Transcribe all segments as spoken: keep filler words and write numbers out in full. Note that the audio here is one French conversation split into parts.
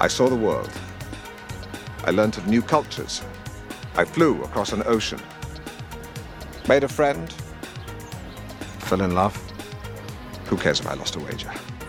I saw the world. I learnt of new cultures. I flew across an ocean. Made a friend. Fell in love. Who cares if I lost a wager?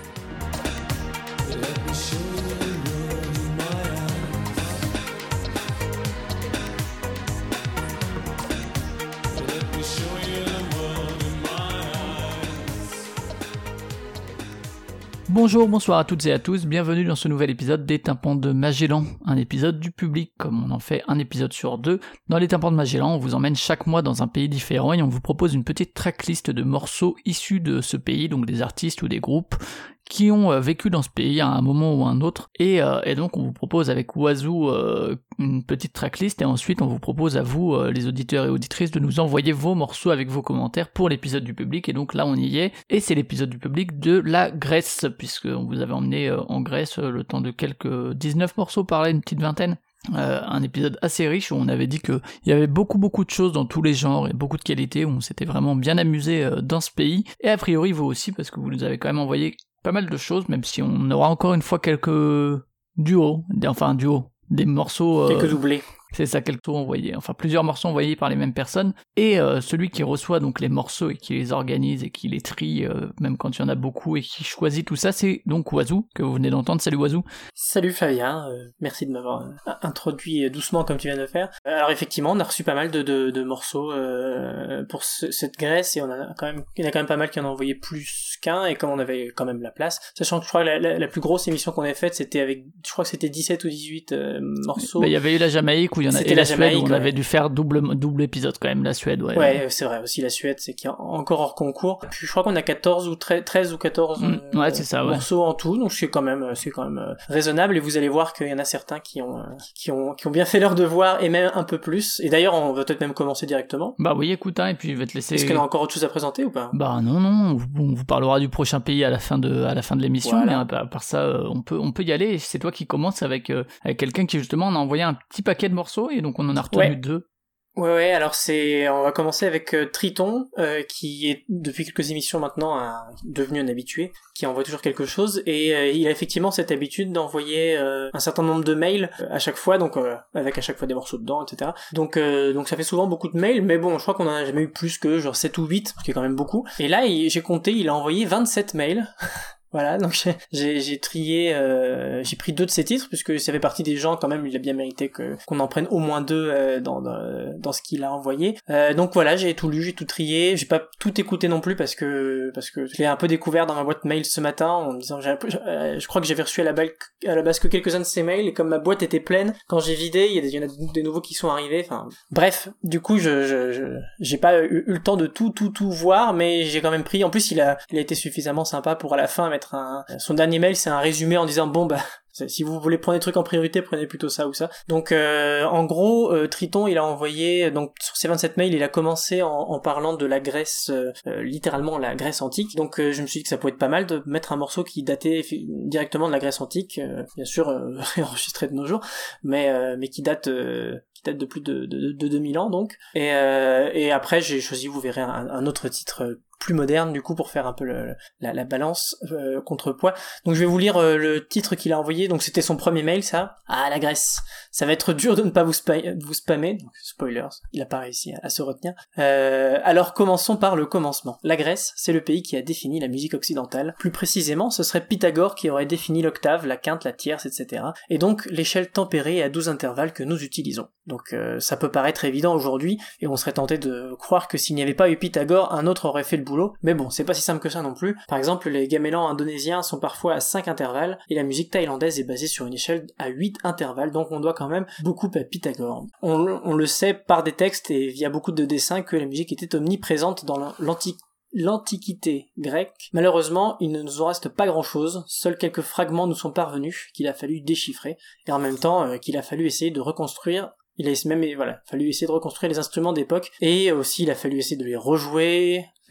Bonjour, bonsoir à toutes et à tous, bienvenue dans ce nouvel épisode des Tympans de Magellan, un épisode du public, comme on en fait un épisode sur deux. Dans les Tympans de Magellan, on vous emmène chaque mois dans un pays différent et on vous propose une petite tracklist de morceaux issus de ce pays, donc des artistes ou des groupes qui ont euh, vécu dans ce pays à un moment ou un autre, et, euh, et donc on vous propose avec Oiseau euh, une petite tracklist, et ensuite on vous propose à vous, euh, les auditeurs et auditrices, de nous envoyer vos morceaux avec vos commentaires pour l'épisode du public, et donc là on y est, et c'est l'épisode du public de la Grèce, puisqu'on vous avait emmené euh, en Grèce euh, le temps de quelques dix-neuf morceaux par là, une petite vingtaine. Euh, un épisode assez riche où on avait dit qu'il y avait beaucoup beaucoup de choses dans tous les genres et beaucoup de qualités, où on s'était vraiment bien amusé euh, dans ce pays, et a priori vous aussi, parce que vous nous avez quand même envoyé pas mal de choses, même si on aura encore une fois quelques duos, enfin duos, des morceaux... Euh, quelques doublés. C'est ça, quelques tours envoyés, enfin plusieurs morceaux envoyés par les mêmes personnes, et euh, celui qui reçoit donc les morceaux et qui les organise et qui les trie, euh, même quand il y en a beaucoup, et qui choisit tout ça, c'est donc Oiseau, que vous venez d'entendre. Salut Oiseau. Salut Fabien, euh, merci de m'avoir euh, introduit doucement comme tu viens de le faire. Alors effectivement, on a reçu pas mal de, de, de morceaux euh, pour ce, cette Grèce, et on a quand même, il y en a quand même pas mal qui en ont envoyé plus qu'un, et comme on avait quand même la place, sachant que je crois que la, la, la plus grosse émission qu'on avait faite, c'était avec, je crois que c'était dix-sept ou dix-huit euh, morceaux. Bah, il y avait eu la Jamaïque, où il y en a, c'était et la, la Suède, Jamaïque, où on ouais. avait dû faire double, double épisode quand même, la Suède, ouais. Ouais, c'est vrai, aussi la Suède, c'est qui est encore hors concours. Puis je crois qu'on a quatorze ou treize ou quatorze mmh, euh, ouais, c'est ça, ouais. morceaux en tout, donc c'est quand même, c'est quand même euh, raisonnable, et vous allez voir qu'il y en a certains qui ont, euh, qui ont, qui ont bien fait leur devoir, et même un peu plus. Et d'ailleurs, on va peut-être même commencer directement. Bah oui, écoute, hein, et puis je vais te laisser... Est-ce qu'on a encore autre chose à présenter ou pas? Bah non, non, on vous, on vous parlera du prochain pays à la fin de, à la fin de l'émission, voilà. Mais à, à part ça, euh, on peut, on peut y aller, et c'est toi qui commences avec, euh, avec quelqu'un qui justement en a envoyé un petit paquet de morceaux, et donc on en a retenu ouais. deux. Ouais, ouais, alors c'est, on va commencer avec euh, Triton, euh, qui est depuis quelques émissions maintenant un, devenu un habitué, qui envoie toujours quelque chose, et euh, il a effectivement cette habitude d'envoyer euh, un certain nombre de mails euh, à chaque fois, donc euh, avec à chaque fois des morceaux dedans, et cetera. Donc, euh, donc ça fait souvent beaucoup de mails, mais bon, je crois qu'on en a jamais eu plus que genre sept ou huit, ce qui est quand même beaucoup. Et là, il, j'ai compté, il a envoyé vingt-sept mails. Voilà, donc j'ai, j'ai, j'ai trié, euh, j'ai pris deux de ces titres, puisque ça fait partie des gens, quand même, il a bien mérité que, qu'on en prenne au moins deux euh, dans, dans, dans ce qu'il a envoyé. Euh, donc voilà, j'ai tout lu, j'ai tout trié, j'ai pas tout écouté non plus, parce que parce que je l'ai un peu découvert dans ma boîte mail ce matin, en me disant, j'ai un peu, je, euh, je crois que j'avais reçu à la, balle, à la base que quelques-uns de ces mails, et comme ma boîte était pleine, quand j'ai vidé, il y, a des, il y en a des nouveaux qui sont arrivés, enfin, bref, du coup, je, je, je j'ai pas eu, eu le temps de tout, tout, tout voir, mais j'ai quand même pris, en plus, il a, il a été suffisamment sympa pour à la fin mettre un, son dernier mail, c'est un résumé en disant bon bah si vous voulez prendre des trucs en priorité, prenez plutôt ça ou ça. Donc euh, en gros, euh, Triton, il a envoyé, donc sur ses vingt-sept mails, il a commencé en, en parlant de la Grèce, euh, littéralement la Grèce antique. Donc euh, je me suis dit que ça pouvait être pas mal de mettre un morceau qui datait directement de la Grèce antique, euh, bien sûr euh, réenregistré de nos jours, mais euh, mais qui date euh, qui date de plus de, de, de deux mille ans donc. Et euh, et après j'ai choisi, vous verrez, un, un autre titre euh, plus moderne du coup pour faire un peu le, la, la balance euh, contrepoids. Donc je vais vous lire euh, le titre qu'il a envoyé, donc c'était son premier mail ça. Ah la Grèce, ça va être dur de ne pas vous, spa- vous spammer, donc spoilers, il a pas réussi à, à se retenir. Euh, alors commençons par le commencement. La Grèce, c'est le pays qui a défini la musique occidentale. Plus précisément, ce serait Pythagore qui aurait défini l'octave, la quinte, la tierce, et cetera. Et donc l'échelle tempérée à douze intervalles que nous utilisons. Donc euh, ça peut paraître évident aujourd'hui, et on serait tenté de croire que s'il n'y avait pas eu Pythagore, un autre aurait fait le boulot. Mais bon, c'est pas si simple que ça non plus. Par exemple, les gamélans indonésiens sont parfois à cinq intervalles, et la musique thaïlandaise est basée sur une échelle à huit intervalles, donc on doit quand même beaucoup à Pythagore. On, on le sait par des textes et via beaucoup de dessins que la musique était omniprésente dans l'antique l'Antiquité grecque. Malheureusement, il ne nous en reste pas grand-chose, seuls quelques fragments nous sont parvenus, qu'il a fallu déchiffrer, et en même temps euh, qu'il a fallu essayer de reconstruire. Il a même, voilà, fallu essayer de reconstruire les instruments d'époque, et aussi il a fallu essayer de les rejouer,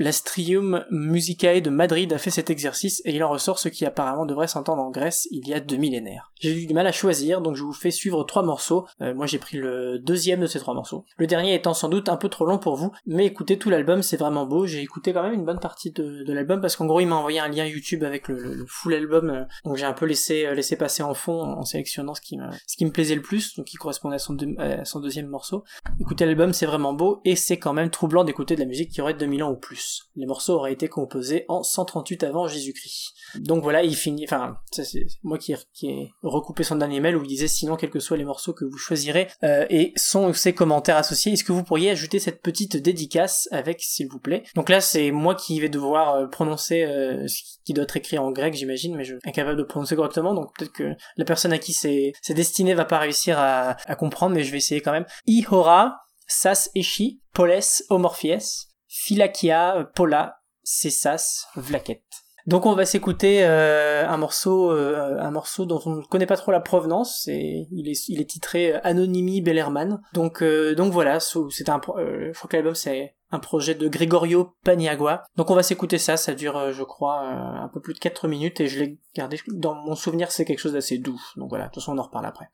l'Astrium Musicae de Madrid a fait cet exercice et il en ressort ce qui apparemment devrait s'entendre en Grèce il y a deux millénaires. J'ai eu du mal à choisir, donc je vous fais suivre trois morceaux. Euh, moi j'ai pris le deuxième de ces trois morceaux. Le dernier étant sans doute un peu trop long pour vous, mais écoutez tout l'album, c'est vraiment beau. J'ai écouté quand même une bonne partie de, de l'album parce qu'en gros il m'a envoyé un lien YouTube avec le, le, le full album, euh, donc j'ai un peu laissé, euh, laissé passer en fond en, en sélectionnant ce qui, me, ce qui me plaisait le plus, donc qui correspondait à son, deux, à son deuxième morceau. Écoutez l'album, c'est vraiment beau et c'est quand même troublant d'écouter de la musique qui aurait deux mille ans ou plus. Les morceaux auraient été composés en cent trente-huit avant Jésus-Christ. Donc voilà, il finit, enfin, ça c'est moi qui, qui ai recoupé son dernier mail où il disait sinon quels que soient les morceaux que vous choisirez euh, et sont ses commentaires associés, est-ce que vous pourriez ajouter cette petite dédicace avec s'il vous plaît. Donc là c'est moi qui vais devoir euh, prononcer euh, ce qui doit être écrit en grec j'imagine, mais je suis incapable de prononcer correctement, donc peut-être que la personne à qui c'est, c'est destiné va pas réussir à, à comprendre, mais je vais essayer quand même. Ihora, sas echi, poles homorphies, philakia, pola, cessas, vlaket. Donc on va s'écouter euh, un morceau euh, un morceau dont on ne connaît pas trop la provenance, et il est il est titré Anonymi Bellerman. Donc euh, donc voilà, c'est un euh, je crois que l'album c'est un projet de Gregorio Paniagua. Donc on va s'écouter ça, ça dure euh, je crois euh, un peu plus de quatre minutes et je l'ai gardé dans mon souvenir, c'est quelque chose d'assez doux. Donc voilà, de toute façon on en reparle après.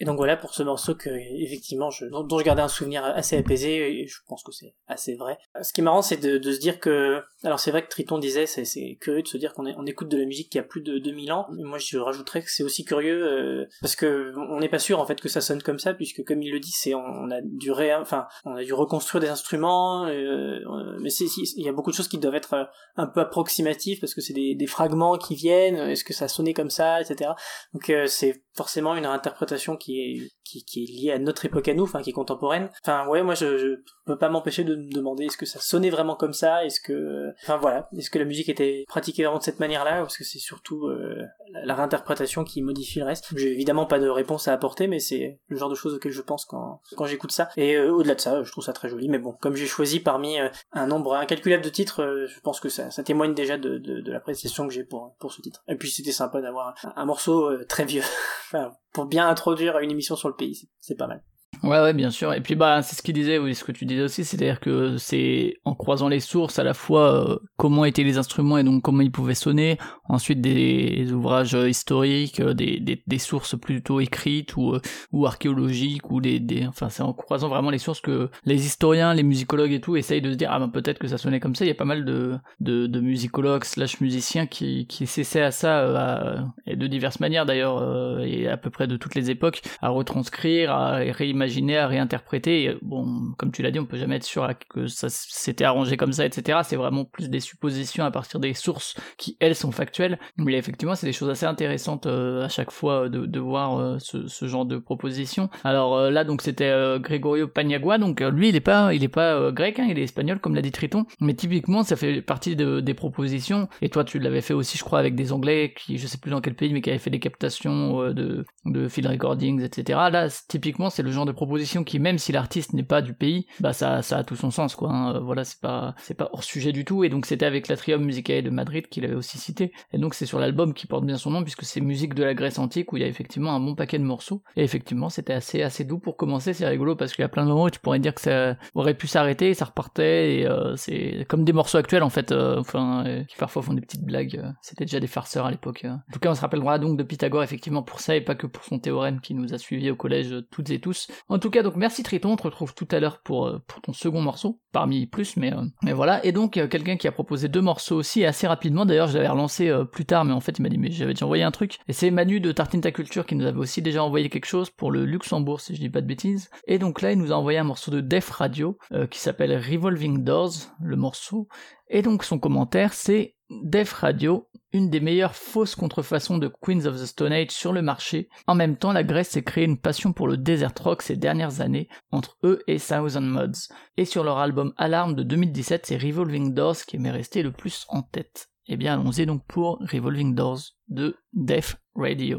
donc voilà pour ce morceau que effectivement je, dont, dont je gardais un souvenir assez apaisé, et je pense que c'est assez vrai. Ce qui est marrant, c'est de, de se dire que, alors c'est vrai que Triton disait, c'est, c'est curieux de se dire qu'on est, on écoute de la musique qui a plus de deux mille ans, mais moi je rajouterais que c'est aussi curieux euh, parce que on n'est pas sûr en fait que ça sonne comme ça, puisque comme il le dit, c'est on, on a dû ré, enfin on a dû reconstruire des instruments, euh, mais c'est, il y a beaucoup de choses qui doivent être un peu approximatives parce que c'est des, des fragments qui viennent, est-ce que ça sonnait comme ça, et cetera. Donc euh, c'est forcément une réinterprétation qui est qui, qui est liée à notre époque à nous, enfin qui est contemporaine. Enfin ouais, moi je, je peux pas m'empêcher de me demander est-ce que ça sonnait vraiment comme ça, est-ce que, enfin voilà, est-ce que la musique était pratiquée vraiment de cette manière-là, ou est-ce que c'est surtout euh, la, la réinterprétation qui modifie le reste. J'ai évidemment pas de réponse à apporter, mais c'est le genre de choses auxquelles je pense quand quand j'écoute ça. Et euh, au-delà de ça, je trouve ça très joli. Mais bon, comme j'ai choisi parmi euh, un nombre incalculable de titres, euh, je pense que ça, ça témoigne déjà de, de, de l'appréciation que j'ai pour pour ce titre. Et puis c'était sympa d'avoir un, un morceau euh, très vieux. Enfin, pour bien introduire une émission sur le pays, c'est, c'est pas mal. Ouais, ouais, bien sûr. Et puis, bah, c'est ce qu'il disait, oui, ce que tu disais aussi, c'est-à-dire que c'est en croisant les sources, à la fois euh, comment étaient les instruments et donc comment ils pouvaient sonner, ensuite des ouvrages historiques, des, des, des sources plutôt écrites ou, ou archéologiques, ou des, des, enfin, c'est en croisant vraiment les sources que les historiens, les musicologues et tout essayent de se dire, ah ben peut-être que ça sonnait comme ça. Il y a pas mal de, de, de musicologues slash musiciens qui, qui s'essaient à ça, euh, à, et de diverses manières d'ailleurs, euh, et à peu près de toutes les époques, à retranscrire, à réimaginer, à réinterpréter. Et bon, comme tu l'as dit, on peut jamais être sûr que ça s'était arrangé comme ça, et cetera. C'est vraiment plus des suppositions à partir des sources qui, elles, sont factuelles. Mais effectivement, c'est des choses assez intéressantes euh, à chaque fois de, de voir euh, ce, ce genre de propositions. Alors euh, là, donc c'était euh, Gregorio Paniagua. Donc euh, lui, il est pas, il est pas euh, grec, hein, il est espagnol, comme l'a dit Triton. Mais typiquement, ça fait partie de, des propositions. Et toi, tu l'avais fait aussi, je crois, avec des Anglais qui, je sais plus dans quel pays, mais qui avaient fait des captations euh, de, de field recordings, et cetera. Là, typiquement, c'est le genre de proposition qui, même si l'artiste n'est pas du pays, bah ça, ça a tout son sens, quoi. Hein. Voilà, c'est pas, c'est pas hors sujet du tout. Et donc c'était avec l'Atrium Musicae de Madrid qu'il avait aussi cité. Et donc c'est sur l'album qui porte bien son nom, puisque c'est musique de la Grèce antique, où il y a effectivement un bon paquet de morceaux. Et effectivement, c'était assez, assez doux pour commencer. C'est rigolo parce qu'il y a plein de moments où tu pourrais dire que ça aurait pu s'arrêter, et ça repartait. Et euh, c'est comme des morceaux actuels en fait, euh, enfin euh, qui parfois font des petites blagues. Euh, c'était déjà des farceurs à l'époque. Euh. En tout cas, on se rappellera donc de Pythagore effectivement pour ça, et pas que pour son théorème qui nous a suivis au collège euh, toutes et tous. En tout cas, donc merci Triton, on te retrouve tout à l'heure pour, euh, pour ton second morceau, parmi plus, mais, euh, mais voilà. Et donc, euh, quelqu'un qui a proposé deux morceaux aussi, assez rapidement, d'ailleurs, je l'avais relancé euh, plus tard, mais en fait, il m'a dit, mais j'avais déjà envoyé un truc, et c'est Manu de Tartine Ta Culture qui nous avait aussi déjà envoyé quelque chose pour le Luxembourg, si je dis pas de bêtises. Et donc là, il nous a envoyé un morceau de Def Radio, euh, qui s'appelle Revolving Doors, le morceau, et donc son commentaire, c'est Def Radio, une des meilleures fausses contrefaçons de Queens of the Stone Age sur le marché. En même temps, la Grèce s'est créée une passion pour le desert rock ces dernières années, entre eux et Thousand Mods. Et sur leur album Alarm de deux mille dix-sept, c'est Revolving Doors qui m'est resté le plus en tête. Eh bien, allons-y donc pour Revolving Doors de Def Radio.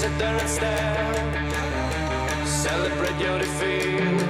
sit there and stare, celebrate your defeat.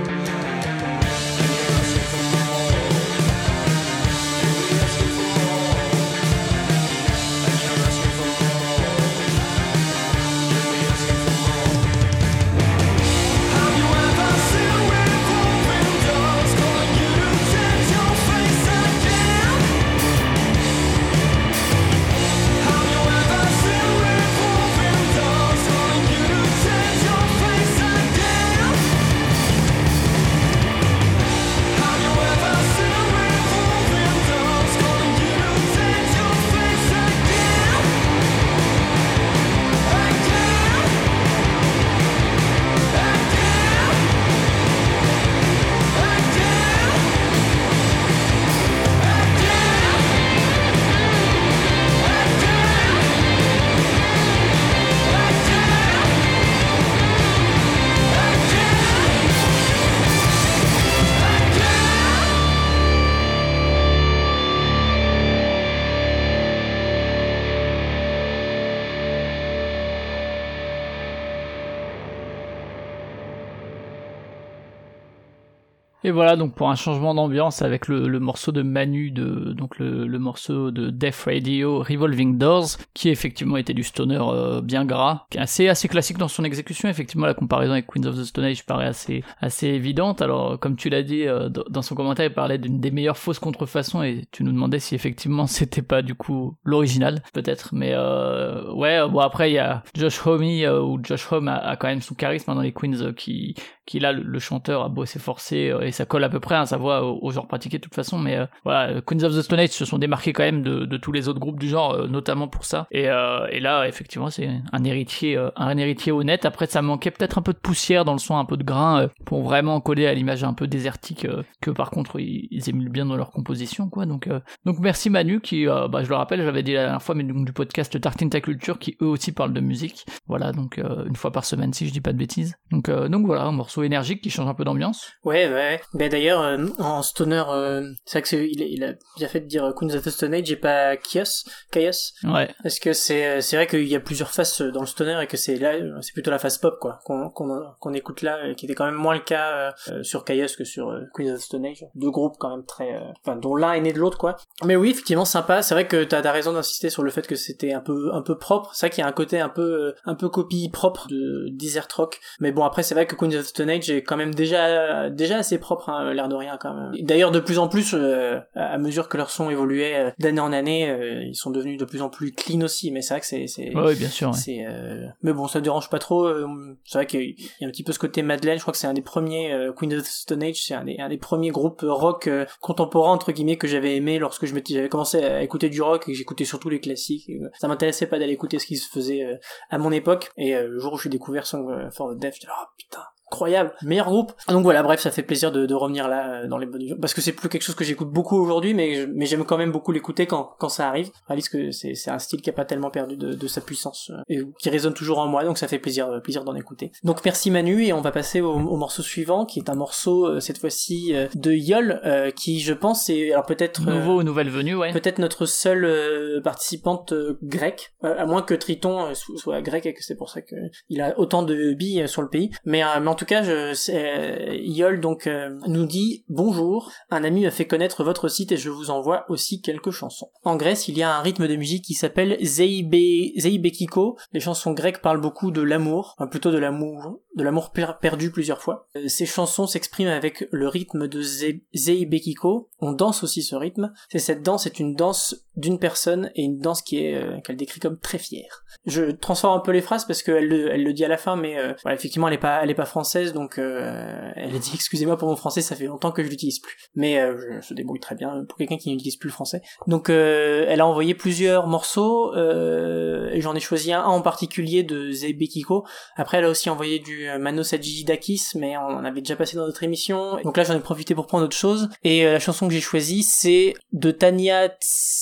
Et voilà, donc pour un changement d'ambiance avec le, le morceau de Manu, de, donc le, le morceau de Death Radio, Revolving Doors, qui effectivement était du stoner euh, bien gras, qui est assez, assez classique dans son exécution. Effectivement, la comparaison avec Queens of the Stone Age paraît assez, assez évidente. Alors, comme tu l'as dit, euh, dans son commentaire, il parlait d'une des meilleures fausses contrefaçons, et tu nous demandais si effectivement c'était pas du coup l'original, peut-être. Mais euh, ouais, bon après, il y a Josh Homme, euh, où Josh Homme a, a quand même son charisme dans les Queens, euh, qui... qui là, le, le chanteur a beau s'efforcer, euh, et ça colle à peu près, hein, sa voix au, au genre pratiqué de toute façon, mais euh, voilà, Queens of the Stone Age se sont démarqués quand même de, de tous les autres groupes du genre, euh, notamment pour ça, et, euh, et là, effectivement, c'est un héritier, euh, un héritier honnête. Après, ça manquait peut-être un peu de poussière dans le son, un peu de grain, euh, pour vraiment coller à l'image un peu désertique, euh, que par contre, ils, ils émulent bien dans leur composition, quoi, donc, euh, donc merci Manu, qui, euh, bah, je le rappelle, j'avais dit la dernière fois, mais donc, du podcast Tartine ta culture, qui eux aussi parlent de musique, voilà, donc, euh, une fois par semaine, si je dis pas de bêtises, donc, euh, donc voilà, un morceau énergique qui change un peu d'ambiance. Ouais, ouais. Ben d'ailleurs, euh, en stoner, euh, c'est vrai que c'est, il, il a bien fait de dire Queens of the Stone Age et pas Chaos, Chaos. Ouais. Parce que c'est, c'est vrai qu'il y a plusieurs faces dans le stoner et que c'est là, c'est plutôt la face pop, quoi, qu'on, qu'on, qu'on écoute là, qui était quand même moins le cas euh, sur Chaos que sur euh, Queens of the Stone Age. Deux groupes quand même très, euh, enfin, dont l'un est né de l'autre, quoi. Mais oui, effectivement, sympa. C'est vrai que t'as, t'as raison d'insister sur le fait que c'était un peu, un peu propre. C'est vrai qu'il y a un côté un peu, un peu copie propre de Desert Rock. Mais bon, après, c'est vrai que Queens of the Stone Age est quand même déjà déjà assez propre, hein, l'air de rien quand même. D'ailleurs, de plus en plus, euh, à mesure que leur son évoluait euh, d'année en année, euh, ils sont devenus de plus en plus clean aussi. Mais c'est vrai que c'est c'est ouais, bien sûr. Ouais. C'est euh... mais bon, ça dérange pas trop. Euh, c'est vrai qu'il y a un petit peu ce côté Madeleine. Je crois que c'est un des premiers euh, Queen of the Stone Age. C'est un des un des premiers groupes rock euh, contemporains entre guillemets que j'avais aimé lorsque je m'étais j'avais commencé à écouter du rock et que j'écoutais surtout les classiques. Et, euh, ça m'intéressait pas d'aller écouter ce qui se faisait euh, à mon époque. Et euh, le jour où j'ai découvert Song for the Deaf, j'étais là, oh putain. Incroyable, meilleur groupe. Donc voilà, bref, ça fait plaisir de, de revenir là dans les bonnes jours, parce que c'est plus quelque chose que j'écoute beaucoup aujourd'hui, mais mais j'aime quand même beaucoup l'écouter quand quand ça arrive. Je réalise que c'est c'est un style qui a pas tellement perdu de, de sa puissance euh, et qui résonne toujours en moi, donc ça fait plaisir euh, plaisir d'en écouter. Donc merci Manu, et on va passer au, au morceau suivant, qui est un morceau euh, cette fois-ci euh, de Yol, euh, qui je pense est alors peut-être euh, nouveau ou nouvelle venue, ouais. Peut-être notre seule euh, participante euh, grecque, euh, à moins que Triton euh, soit grec et que c'est pour ça que il a autant de billes sur le pays. Mais, euh, mais en tout cas, je, euh, Yol donc euh, nous dit bonjour. Un ami m'a fait connaître votre site et je vous envoie aussi quelques chansons. En Grèce, il y a un rythme de musique qui s'appelle Zeibe, Zeibekiko. Les chansons grecques parlent beaucoup de l'amour, enfin plutôt de l'amour, de l'amour per- perdu plusieurs fois. Euh, ces chansons s'expriment avec le rythme de Ze- Zeibekiko. On danse aussi ce rythme. C'est cette danse est une danse d'une personne et une danse qui est euh, qu'elle décrit comme très fière. Je transforme un peu les phrases parce qu'elle le, elle le dit à la fin, mais euh, voilà, effectivement elle est pas elle est pas française, donc euh, elle a dit excusez-moi pour mon français, ça fait longtemps que je l'utilise plus. Mais euh, je se débrouille très bien pour quelqu'un qui n'utilise plus le français. Donc euh, elle a envoyé plusieurs morceaux euh, et j'en ai choisi un, un en particulier de Zeibekiko. Après elle a aussi envoyé du Manos Hadjidakis, mais on en avait déjà passé dans notre émission. Donc là j'en ai profité pour prendre autre chose. Et euh, la chanson que j'ai choisie c'est de Tania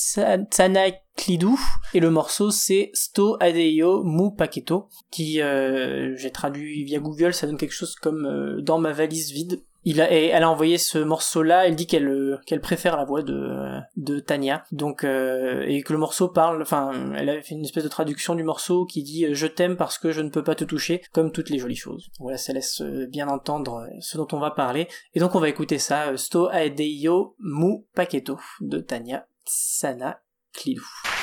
Tsanaklidou et le morceau c'est Sto Adeyo Mu Paketo, qui euh, j'ai traduit via Google, ça donne quelque chose comme euh, dans ma valise vide. Il a, et elle a envoyé ce morceau-là. Elle dit qu'elle euh, qu'elle préfère la voix de de Tania. Donc euh, et que le morceau parle. Enfin, elle a fait une espèce de traduction du morceau qui dit euh, je t'aime parce que je ne peux pas te toucher, comme toutes les jolies choses. Voilà, ça laisse euh, bien entendre euh, ce dont on va parler. Et donc on va écouter ça. Euh, Sto aedeio mu paqueto de Tania Tsanaclidou.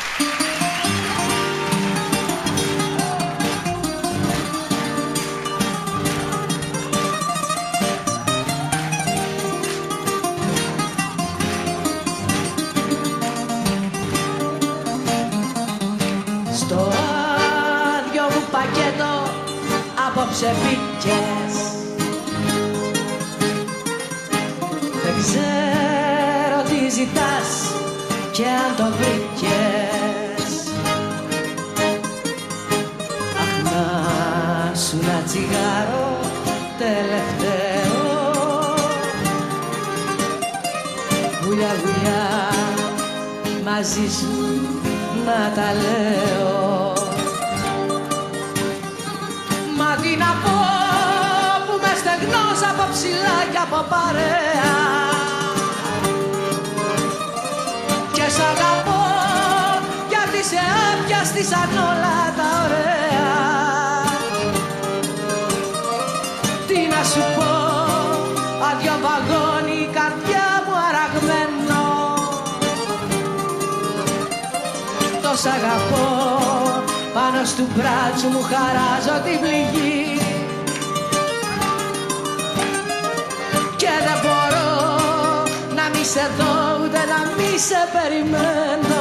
Στο άδειο μου πακέτο απόψε μπήκες. Δεν ξέρω τι ζητάς και αν το βρήκες. Αχ, να σου ένα τσιγάρο τελευταίο. Βουλιά, βουλιά, μαζί σου να τα λέω. Μα τι να πω που με στεγνός από ψηλά και από παρέα. Και σ' αγαπώ γιατί σε άπιαστη σαν όλα τα ωραία. Τι να σου πω, αδειό βαγόνι, η καρδιά μου αραγμένο. Σ' αγαπώ, πάνω στου μπράτσου μου χαράζω την πληγή. Και δεν μπορώ να μη σε δω ούτε να μη σε περιμένω.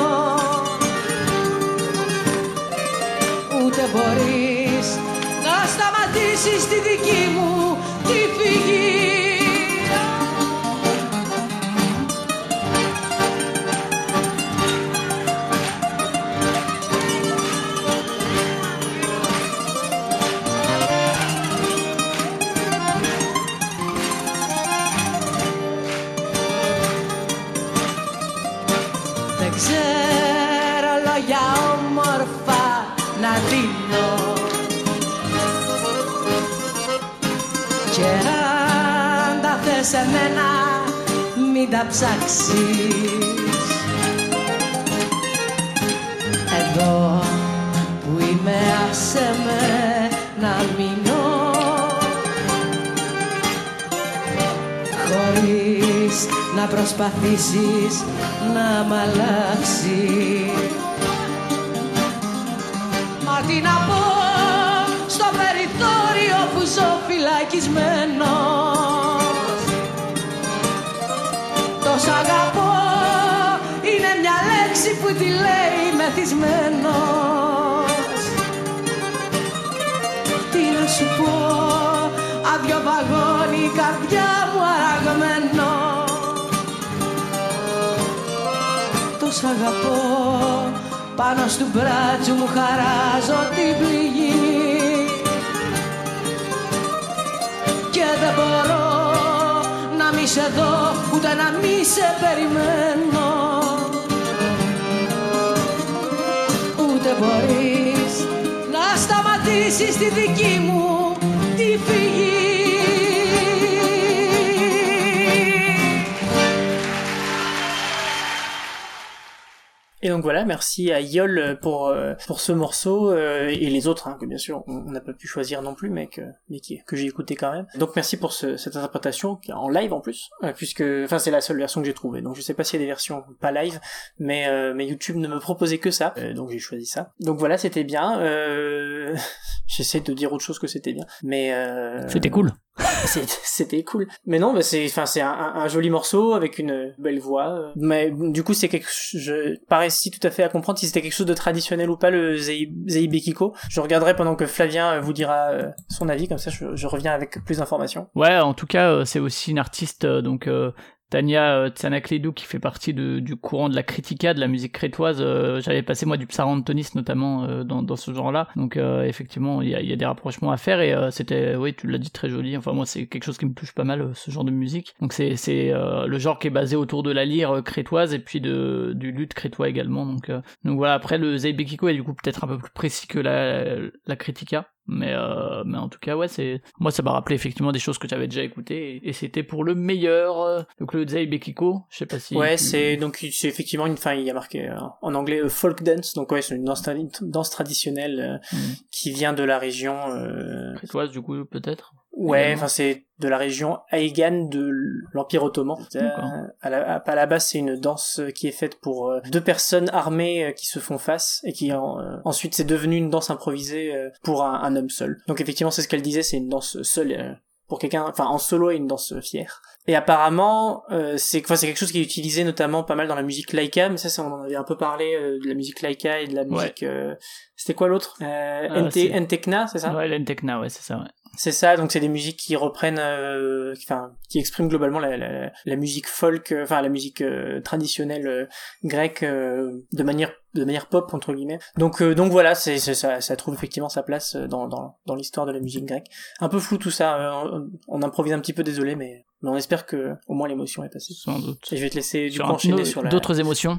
Ούτε μπορείς να σταματήσεις τη δική μου τη φυγή. Ξέρω λόγια όμορφα να δίνω. Και αν τα θες εμένα μην τα ψάξεις. Εδώ που είμαι άσε με να μείνω. Χωρίς να προσπαθήσεις να μ' αλλάξεις. Μα τι να πω στο περιθώριο που ζω φυλακισμένος. Το σ' αγαπώ είναι μια λέξη που τη λέει μεθυσμένος. Τι να σου πω, άδειο βαγόνι, η καρδιά μου αραγμένο. Σ' αγαπώ, πάνω στου μπράτσου μου χαράζω την πληγή. Και δεν μπορώ να μη σε δω, ούτε να μη σε περιμένω. Ούτε μπορείς να σταματήσεις τη δική μου τη φυγή. Et donc voilà, merci à Yol pour euh, pour ce morceau euh, et les autres hein, que bien sûr on n'a pas pu choisir non plus, mais que mais qui, que j'ai écouté quand même. Donc merci pour ce, cette interprétation en live en plus, euh, puisque enfin c'est la seule version que j'ai trouvée. Donc je sais pas s'il y a des versions pas live, mais euh, mais YouTube ne me proposait que ça, euh, donc j'ai choisi ça. Donc voilà, c'était bien. Euh... J'essaie de dire autre chose que c'était bien, mais euh... c'était cool. C'était cool. Mais non, bah c'est, enfin c'est un, un joli morceau avec une belle voix. Mais du coup c'est quelque, je parais si tout à fait à comprendre si c'était quelque chose de traditionnel ou pas le Zeibekiko. Je regarderai pendant que Flavien vous dira son avis, comme ça je, je reviens avec plus d'informations. Ouais, en tout cas c'est aussi une artiste donc. Euh... Tania Tsanaclidou qui fait partie de, du courant de la critica, de la musique crétoise. Euh, j'avais passé moi du Psarantonis notamment euh, dans, dans ce genre-là. Donc euh, effectivement, il y a, y a des rapprochements à faire et euh, c'était, oui, tu l'as dit, très joli. Enfin moi, c'est quelque chose qui me touche pas mal, euh, ce genre de musique. Donc c'est c'est euh, le genre qui est basé autour de la lyre crétoise et puis de du luth crétois également. Donc euh, donc voilà. Après le Zeibekiko est du coup peut-être un peu plus précis que la la critica. Mais, euh, mais en tout cas, ouais, c'est moi ça m'a rappelé effectivement des choses que j'avais déjà écoutées et, et c'était pour le meilleur. Euh, donc le Zei Kiko, je sais pas si. Ouais, tu... c'est donc c'est effectivement une. Enfin, il y a marqué euh, en anglais euh, folk dance. Donc ouais, c'est une danse, tra- une danse traditionnelle euh, mm. qui vient de la région. Euh... Crétoise, du coup, peut-être. Ouais, enfin c'est de la région Aïgan de l'Empire Ottoman. Euh, à, la, à la base, c'est une danse qui est faite pour euh, deux personnes armées euh, qui se font face et qui en, euh, ensuite c'est devenu une danse improvisée euh, pour un, un homme seul. Donc effectivement, c'est ce qu'elle disait, c'est une danse seule euh, pour quelqu'un, enfin en solo et une danse fière. Et apparemment, euh, c'est, enfin, c'est quelque chose qui est utilisé notamment pas mal dans la musique laïka, mais ça, ça on en avait un peu parlé euh, de la musique laïka et de la musique. Ouais. Euh, c'était quoi l'autre euh, euh, Ntekna, c'est ça? Ouais, l'Ntekna, ouais, c'est ça, ouais. C'est ça, donc c'est des musiques qui reprennent, euh, enfin, qui expriment globalement la, la, la musique folk, euh, enfin la musique euh, traditionnelle euh, grecque euh, de manière de manière pop entre guillemets. Donc euh, donc voilà, c'est, c'est ça, ça trouve effectivement sa place dans dans dans l'histoire de la musique grecque. Un peu flou tout ça, euh, on, on improvise un petit peu, désolé, mais mais on espère que au moins l'émotion est passée. Sans doute. Et je vais te laisser du sur coup enchaîner no- sur la... d'autres émotions.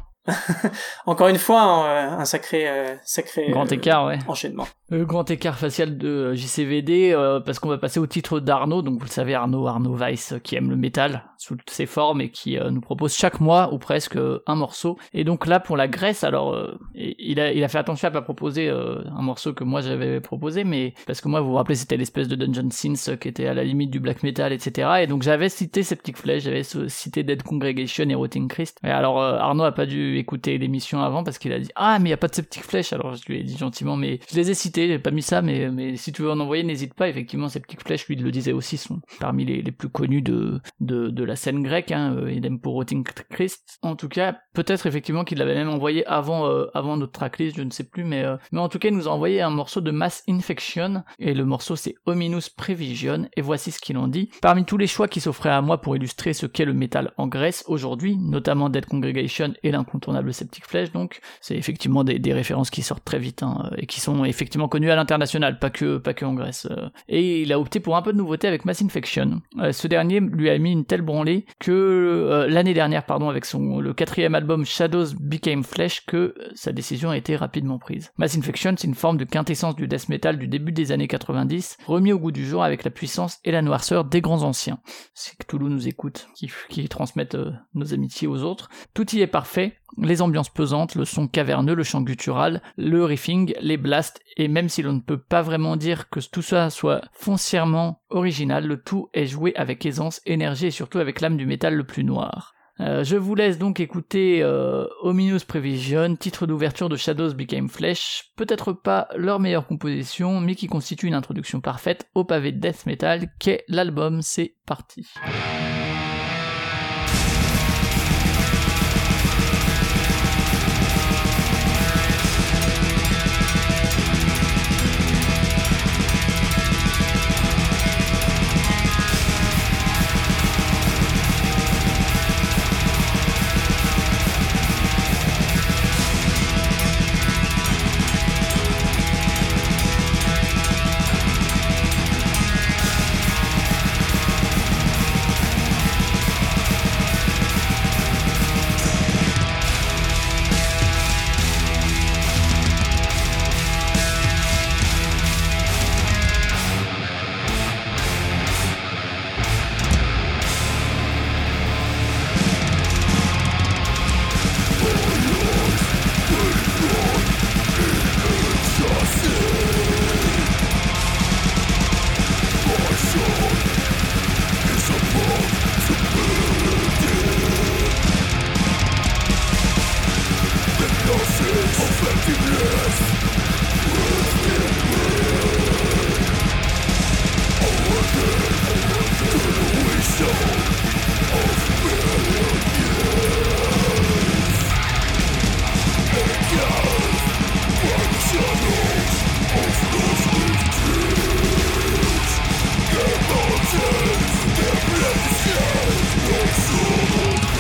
Encore une fois, un, un sacré, euh, sacré grand écart, euh, ouais. enchaînement. Le grand écart facial de J C V D, euh, parce qu'on va passer au titre d'Arnaud. Donc vous le savez, Arnaud, Arnaud Weiss, qui aime le métal sous toutes ses formes et qui euh, nous propose chaque mois ou presque euh, un morceau. Et donc là, pour la Grèce, alors euh, il a, il a fait attention à pas proposer euh, un morceau que moi j'avais proposé, mais parce que moi, vous vous rappelez, c'était l'espèce de Dungeon Synth qui était à la limite du black metal, et cetera. Et donc j'avais cité Septic Flesh, j'avais cité Dead Congregation et Rotting Christ. Et alors euh, Arnaud a pas dû écouter l'émission avant parce qu'il a dit ah mais il y a pas de Septic Flesh. Alors je lui ai dit gentiment mais je les ai cités, j'ai pas mis ça, mais mais si tu veux en envoyer n'hésite pas. Effectivement Septic Flesh, lui il le disait aussi, sont parmi les, les plus connus de de de la scène grecque, hein. euh, idem pour Rotting Christ. En tout cas peut-être effectivement qu'il l'avait même envoyé avant euh, avant notre tracklist, je ne sais plus, mais euh, mais en tout cas il nous a envoyé un morceau de Mass Infection et le morceau c'est Ominous Prevision et voici ce qu'il en dit. Parmi tous les choix qui s'offraient à moi pour illustrer ce qu'est le métal en Grèce aujourd'hui, notamment Dead Congregation et l'incontournable Septic Flesh, donc c'est effectivement des, des références qui sortent très vite, hein, et qui sont effectivement connues à l'international, pas que pas que en Grèce. Et il a opté pour un peu de nouveauté avec Mass Infection. Euh, ce dernier lui a mis une telle branlée que euh, l'année dernière, pardon, avec son le quatrième album Shadows Became Flesh, que sa décision a été rapidement prise. Mass Infection, c'est une forme de quintessence du death metal du début des années quatre-vingt-dix, remis au goût du jour avec la puissance et la noirceur des grands anciens. C'est que Toulouse nous écoute, qui, qui transmettent euh, nos amitiés aux autres. Tout y est parfait. Les ambiances pesantes, le son caverneux, le chant guttural, le riffing, les blasts, et même si l'on ne peut pas vraiment dire que tout ça soit foncièrement original, le tout est joué avec aisance, énergie et surtout avec l'âme du métal le plus noir. Euh, je vous laisse donc écouter euh, Ominous Prevision, titre d'ouverture de Shadows Became Flesh, peut-être pas leur meilleure composition, mais qui constitue une introduction parfaite au pavé de death metal qu'est l'album. C'est parti.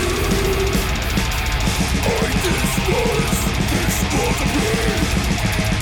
I despise this not a pain.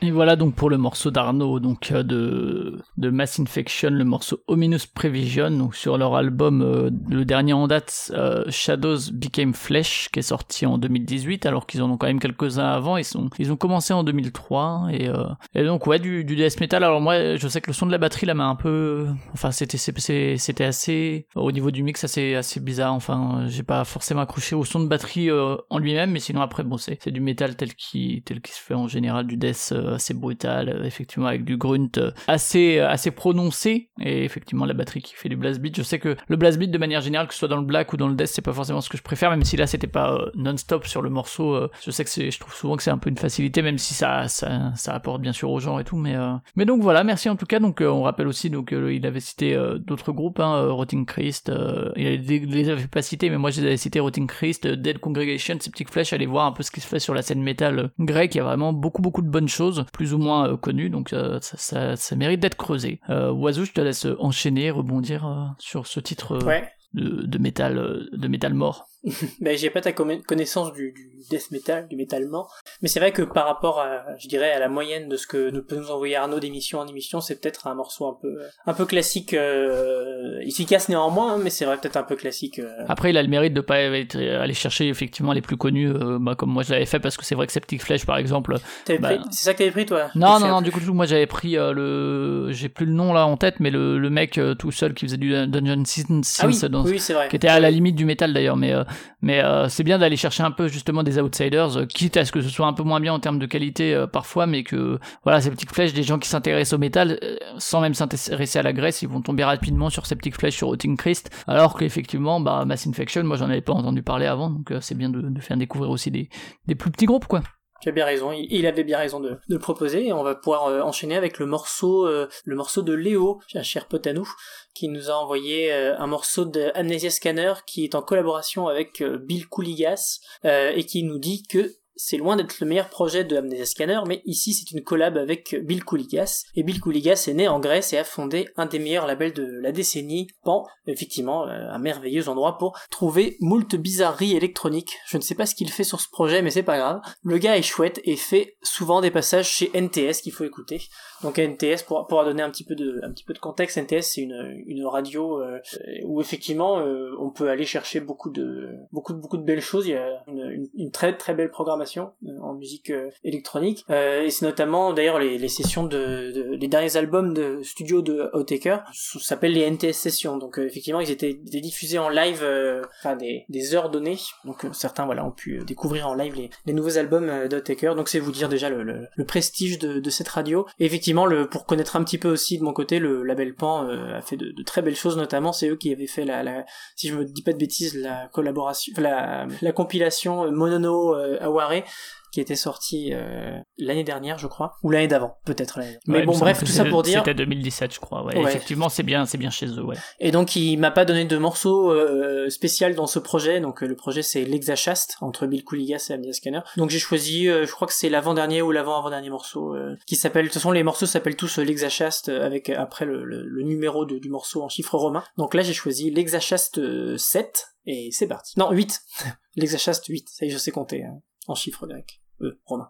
Et voilà donc pour le morceau d'Arnaud, donc euh, de, de Mass Infection, le morceau Ominous Prevision, donc sur leur album, euh, le dernier en date, euh, Shadows Became Flesh, qui est sorti en deux mille dix-huit, alors qu'ils en ont quand même quelques-uns avant, ils, sont, ils ont commencé en deux mille trois, et, euh, et donc ouais, du, du death metal. Alors moi, je sais que le son de la batterie là m'a un peu... Enfin, c'était, c'est, c'était assez... Au niveau du mix, assez, assez bizarre, enfin, j'ai pas forcément accroché au son de batterie euh, en lui-même, mais sinon après, bon, c'est, c'est du métal tel qu'il, tel qu'il se fait en général, du death euh, assez brutal, euh, effectivement avec du grunt euh, assez euh, assez prononcé, et effectivement la batterie qui fait du blast beat. Je sais que le blast beat de manière générale, que ce soit dans le black ou dans le death, c'est pas forcément ce que je préfère, même si là c'était pas euh, non-stop sur le morceau. Euh, je sais que c'est, je trouve souvent que c'est un peu une facilité, même si ça ça, ça apporte bien sûr au genre et tout, mais euh... mais donc voilà, merci en tout cas. Donc euh, on rappelle aussi, donc euh, il avait cité euh, d'autres groupes, hein, euh, Rotting Christ, euh, il les avait pas cités, mais moi je les avais cités, Rotting Christ, euh, Dead Congregation, Septic Flesh. Allez voir un peu ce qui se fait sur la scène métal euh, grecque, il y a vraiment beaucoup beaucoup de bonnes choses, plus ou moins euh, connues, donc euh, ça, ça, ça mérite d'être creusé. Euh, Oiseau, je te laisse enchaîner, rebondir euh, sur ce titre euh, ouais. de, de métal euh, de métal mort. Ben, j'ai pas ta connaissance du, du death metal, du métal mort, mais c'est vrai que par rapport à, je dirais, à la moyenne de ce que nous peut nous envoyer Arnaud d'émission en émission, c'est peut-être un morceau un peu, un peu classique, euh, efficace néanmoins, hein, mais c'est vrai peut-être un peu classique. Euh... Après, il a le mérite de pas être, aller chercher effectivement les plus connus, euh, bah, comme moi je l'avais fait, parce que c'est vrai que Septic Flesh par exemple. T'avais bah... pris, c'est ça que t'avais pris toi? Non, non, non, du coup, moi j'avais pris euh, le, j'ai plus le nom là en tête, mais le, le mec euh, tout seul qui faisait du Dungeon Synth, ah oui, dans, oui, c'est vrai. qui était à la limite du métal d'ailleurs, mais, euh, mais euh, c'est bien d'aller chercher un peu justement des outsiders, euh, quitte à ce que ce soit un peu moins bien en termes de qualité euh, parfois, mais que voilà, Septic Flesh, des gens qui s'intéressent au métal euh, sans même s'intéresser à la Grèce, ils vont tomber rapidement sur Septic Flesh, sur Rotting Christ, alors qu'effectivement, bah, Mass Infection, moi j'en avais pas entendu parler avant, donc euh, c'est bien de, de faire découvrir aussi des, des plus petits groupes, quoi. Tu as bien raison, il avait bien raison de, de le proposer, et on va pouvoir euh, enchaîner avec le morceau, euh, le morceau de Léo, un cher pote à nous, qui nous a envoyé euh, un morceau de Amnesia Scanner qui est en collaboration avec euh, Bill Kouligas, euh, et qui nous dit que c'est loin d'être le meilleur projet de Amnesia Scanner, mais ici c'est une collab avec Bill Kouligas. Et Bill Kouligas est né en Grèce et a fondé un des meilleurs labels de la décennie, Pan. Effectivement, un merveilleux endroit pour trouver moult bizarreries électroniques. Je ne sais pas ce qu'il fait sur ce projet, mais c'est pas grave. Le gars est chouette et fait souvent des passages chez N T S qu'il faut écouter. Donc N T S, pour pouvoir donner un petit peu de, un petit peu de contexte, N T S c'est une, une radio euh, où effectivement euh, on peut aller chercher beaucoup de, beaucoup de, beaucoup de belles choses. Il y a une, une, une très très belle programmation en musique euh, électronique, euh, et c'est notamment d'ailleurs les, les sessions de, de les derniers albums de studio de Outtaker s'appellent les N T S sessions, donc euh, effectivement ils étaient, étaient diffusés en live, euh, enfin des, des heures données, donc euh, certains voilà ont pu découvrir en live les, les nouveaux albums euh, d'Outtaker, donc c'est vous dire déjà le, le, le prestige de, de cette radio. Et effectivement, le, pour connaître un petit peu aussi de mon côté, le label Pan euh, a fait de, de très belles choses, notamment c'est eux qui avaient fait la, la si je me dis pas de bêtises, la collaboration, la, la compilation Monono euh, Aware, qui était sorti euh, l'année dernière, je crois, ou l'année d'avant, peut-être l'année. Mais ouais, bon, bref, tout ça pour dire. C'était deux mille dix-sept, je crois. Ouais. Ouais. Effectivement, c'est bien, c'est bien chez eux, ouais. Et donc, il m'a pas donné de morceau euh, spécial dans ce projet. Donc, euh, le projet c'est l'Exachast entre Bill Kouligas et Amnesia Scanner. Donc, j'ai choisi, euh, je crois que c'est l'avant-dernier ou l'avant-avant-dernier morceau euh, qui s'appelle. De toute façon, les morceaux s'appellent tous euh, l'Exachast euh, avec euh, après le, le, le numéro de, du morceau en chiffre romain. Donc là, j'ai choisi l'Exachast euh, sept et c'est parti. Non, huit. L'Exachast huit. Ça y est, je sais compter hein, en chiffre grec. Euh, romain.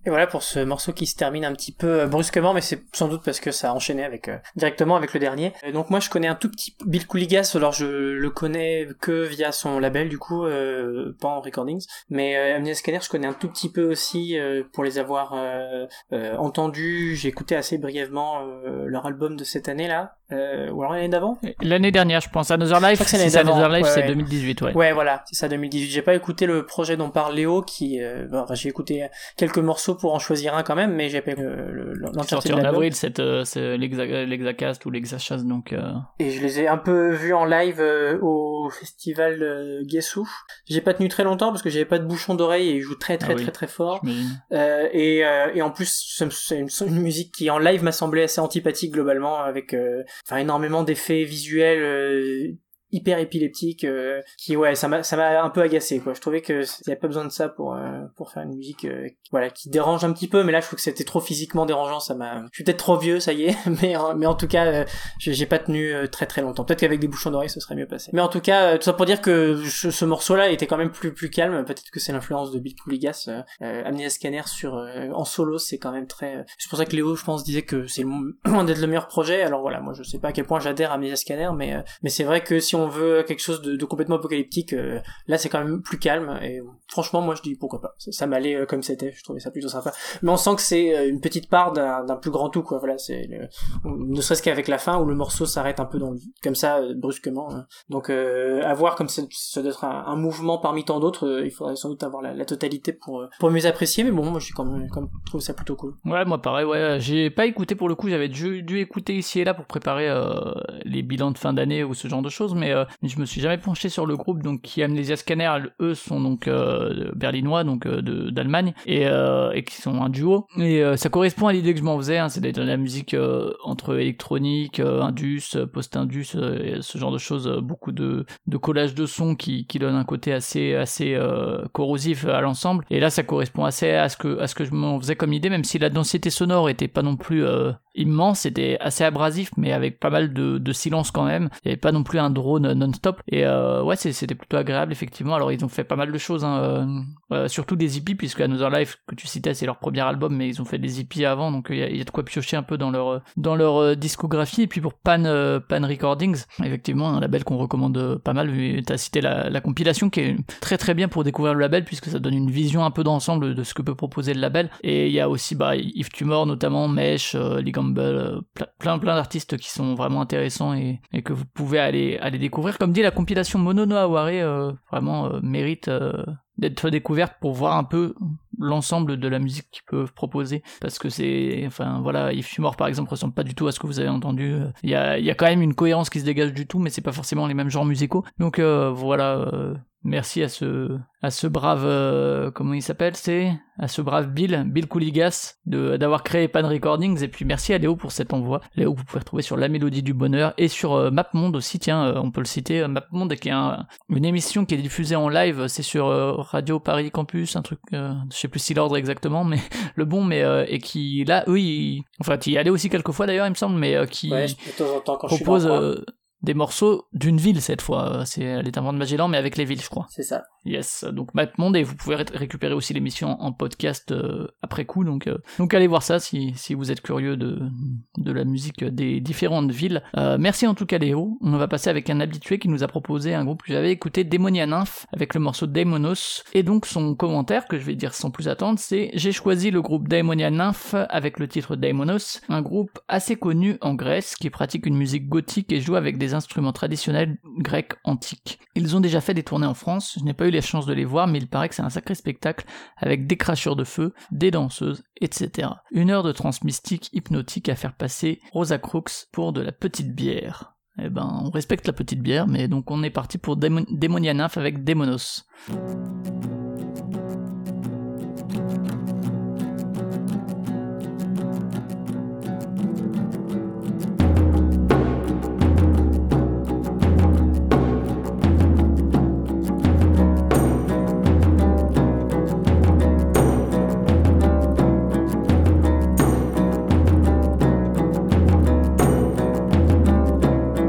Et voilà pour ce morceau qui se termine un petit peu euh, brusquement, mais c'est sans doute parce que ça a enchaîné avec euh, directement avec le dernier. Euh, donc moi je connais un tout petit Bill Kuligas, alors je le connais que via son label du coup, euh, Pan Recordings, mais euh, Amnesia Scanner je connais un tout petit peu aussi euh, pour les avoir euh, euh, entendus. J'ai écouté assez brièvement euh, leur album de cette année là, euh, ou alors l'année d'avant. L'année dernière je pense. Another Life, c'est l'année c'est d'avant. Another Life, Ouais, c'est ouais. deux mille dix-huit, ouais. Ouais voilà, c'est ça deux mille dix-huit. J'ai pas écouté le projet dont parle Léo, qui, euh, bon, enfin, j'ai écouté quelques morceaux pour en choisir un quand même, mais j'ai pas eu le, le, l'entièreté Sorti de en l'album. avril, c'est, euh, c'est l'Exa- l'Exacast ou l'Exachas, donc... Euh... Et je les ai un peu vus en live euh, au festival euh, Guessou. J'ai pas tenu très longtemps parce que j'avais pas de bouchon d'oreille et ils jouent très très Ah oui. très très fort. j'imagine. Euh, et, euh, et en plus c'est c'est une, c'est une musique qui en live m'a semblé assez antipathique globalement, avec euh, enfin énormément d'effets visuels euh, hyper épileptique, euh, qui ouais ça m'a ça m'a un peu agacé quoi. Je trouvais que il y avait pas besoin de ça pour euh, pour faire une musique euh, voilà qui dérange un petit peu, mais là je trouve que c'était trop physiquement dérangeant. Ça m'a je suis peut-être trop vieux, ça y est, mais mais en tout cas euh, j'ai, j'ai pas tenu euh, très très longtemps. Peut-être qu'avec des bouchons d'oreille ce serait mieux passé, mais en tout cas euh, tout ça pour dire que ce, ce morceau là était quand même plus plus calme. Peut-être que c'est l'influence de Bill Kuligas. euh, euh, Amnesia Scanner sur euh, en solo c'est quand même très euh, c'est pour ça que Léo je pense disait que c'est loin d'être le meilleur projet. Alors voilà, moi je sais pas à quel point j'adhère à Amnesia Scanner, mais euh, mais c'est vrai que si on veut quelque chose de, de complètement apocalyptique, euh, là c'est quand même plus calme, et franchement moi je dis pourquoi pas, ça, ça m'allait euh, comme c'était, je trouvais ça plutôt sympa, mais on sent que c'est euh, une petite part d'un, d'un plus grand tout quoi. Voilà, c'est le, ne serait-ce qu'avec la fin où le morceau s'arrête un peu dans le comme ça euh, brusquement, hein. Donc euh, à voir, comme ça, ça doit être un, un mouvement parmi tant d'autres, euh, il faudrait sans doute avoir la, la totalité pour euh, pour mieux apprécier, mais bon moi je suis quand même, quand même trouve ça plutôt cool. Ouais, moi pareil, ouais, j'ai pas écouté pour le coup, j'avais dû, dû écouter ici et là pour préparer euh, les bilans de fin d'année ou ce genre de choses, mais euh, je me suis jamais penché sur le groupe, donc qui Amnesia Scanner, eux sont donc euh, berlinois, donc euh, de, d'Allemagne, et, euh, et qui sont un duo, et euh, ça correspond à l'idée que je m'en faisais, hein, c'est de la musique euh, entre électronique, euh, indus, post-indus, euh, ce genre de choses, euh, beaucoup de, de collage de sons qui, qui donnent un côté assez, assez euh, corrosif à l'ensemble, et là ça correspond assez à ce que, à ce que je m'en faisais comme idée, même si la densité sonore était pas non plus euh, immense, c'était assez abrasif, mais avec pas mal de, de silence quand même, il y avait pas non plus un drone non-stop, et euh, ouais c'est, c'était plutôt agréable effectivement. Alors ils ont fait pas mal de choses, hein, euh, euh, surtout des hippies, puisque Another Life que tu citais c'est leur premier album, mais ils ont fait des hippies avant, donc il y, y a de quoi piocher un peu dans leur dans leur euh, discographie. Et puis pour Pan euh, Pan Recordings, effectivement un label qu'on recommande euh, pas mal, vu t'as cité la, la compilation qui est très très bien pour découvrir le label, puisque ça donne une vision un peu d'ensemble de ce que peut proposer le label. Et il y a aussi bah If Tumor notamment, Mesh, euh, Lee Gamble, euh, plein plein d'artistes qui sont vraiment intéressants et, et que vous pouvez aller aller découvrir. Comme dit, la compilation Mono no Aware euh, vraiment euh, mérite euh, d'être découverte pour voir un peu l'ensemble de la musique qu'ils peuvent proposer, parce que c'est, enfin voilà, If Tumor par exemple ressemble pas du tout à ce que vous avez entendu. Il y a, il y a quand même une cohérence qui se dégage du tout, mais c'est pas forcément les mêmes genres musicaux. Donc euh, voilà, euh, merci à ce à ce brave euh, comment il s'appelle, c'est à ce brave Bill Bill Kuligas de d'avoir créé Pan Recordings, et puis merci à Léo pour cet envoi. Léo que vous pouvez retrouver sur La Mélodie du Bonheur et sur euh, MapMonde aussi, tiens, euh, on peut le citer, euh, MapMonde qui est un, une émission qui est diffusée en live, c'est sur euh, Radio Paris Campus, un truc, euh, je sais plus si l'ordre exactement, mais le bon, mais euh, et qui là, eux, ils, enfin, tu y allais aussi quelques fois d'ailleurs, il me semble, mais euh, qui Ouais, de temps en temps quand propose je suis dans le euh, des morceaux d'une ville cette fois. C'est Les Tympans de Magellan, mais avec les villes, je crois. c'est ça. Yes, donc MapMonde, et vous pouvez ré- récupérer aussi l'émission en podcast euh, après coup, donc euh, donc allez voir ça si si vous êtes curieux de de la musique des différentes villes. Euh, merci en tout cas Léo. On va passer avec un habitué qui nous a proposé un groupe que j'avais écouté, Démonia Nymph, avec le morceau Daimonos, et donc son commentaire que je vais dire sans plus attendre, c'est: j'ai choisi le groupe Démonia Nymph avec le titre Daimonos, un groupe assez connu en Grèce qui pratique une musique gothique et joue avec des instruments traditionnels grecs antiques. Ils ont déjà fait des tournées en France, je n'ai pas eu la chance de les voir, mais il paraît que c'est un sacré spectacle avec des cracheurs de feu, des danseuses, et cetera. Une heure de trance mystique hypnotique à faire passer Rosa Crux pour de la petite bière. Eh ben, on respecte la petite bière, mais donc on est parti pour Démon- Démonia Nymph avec Daimonos.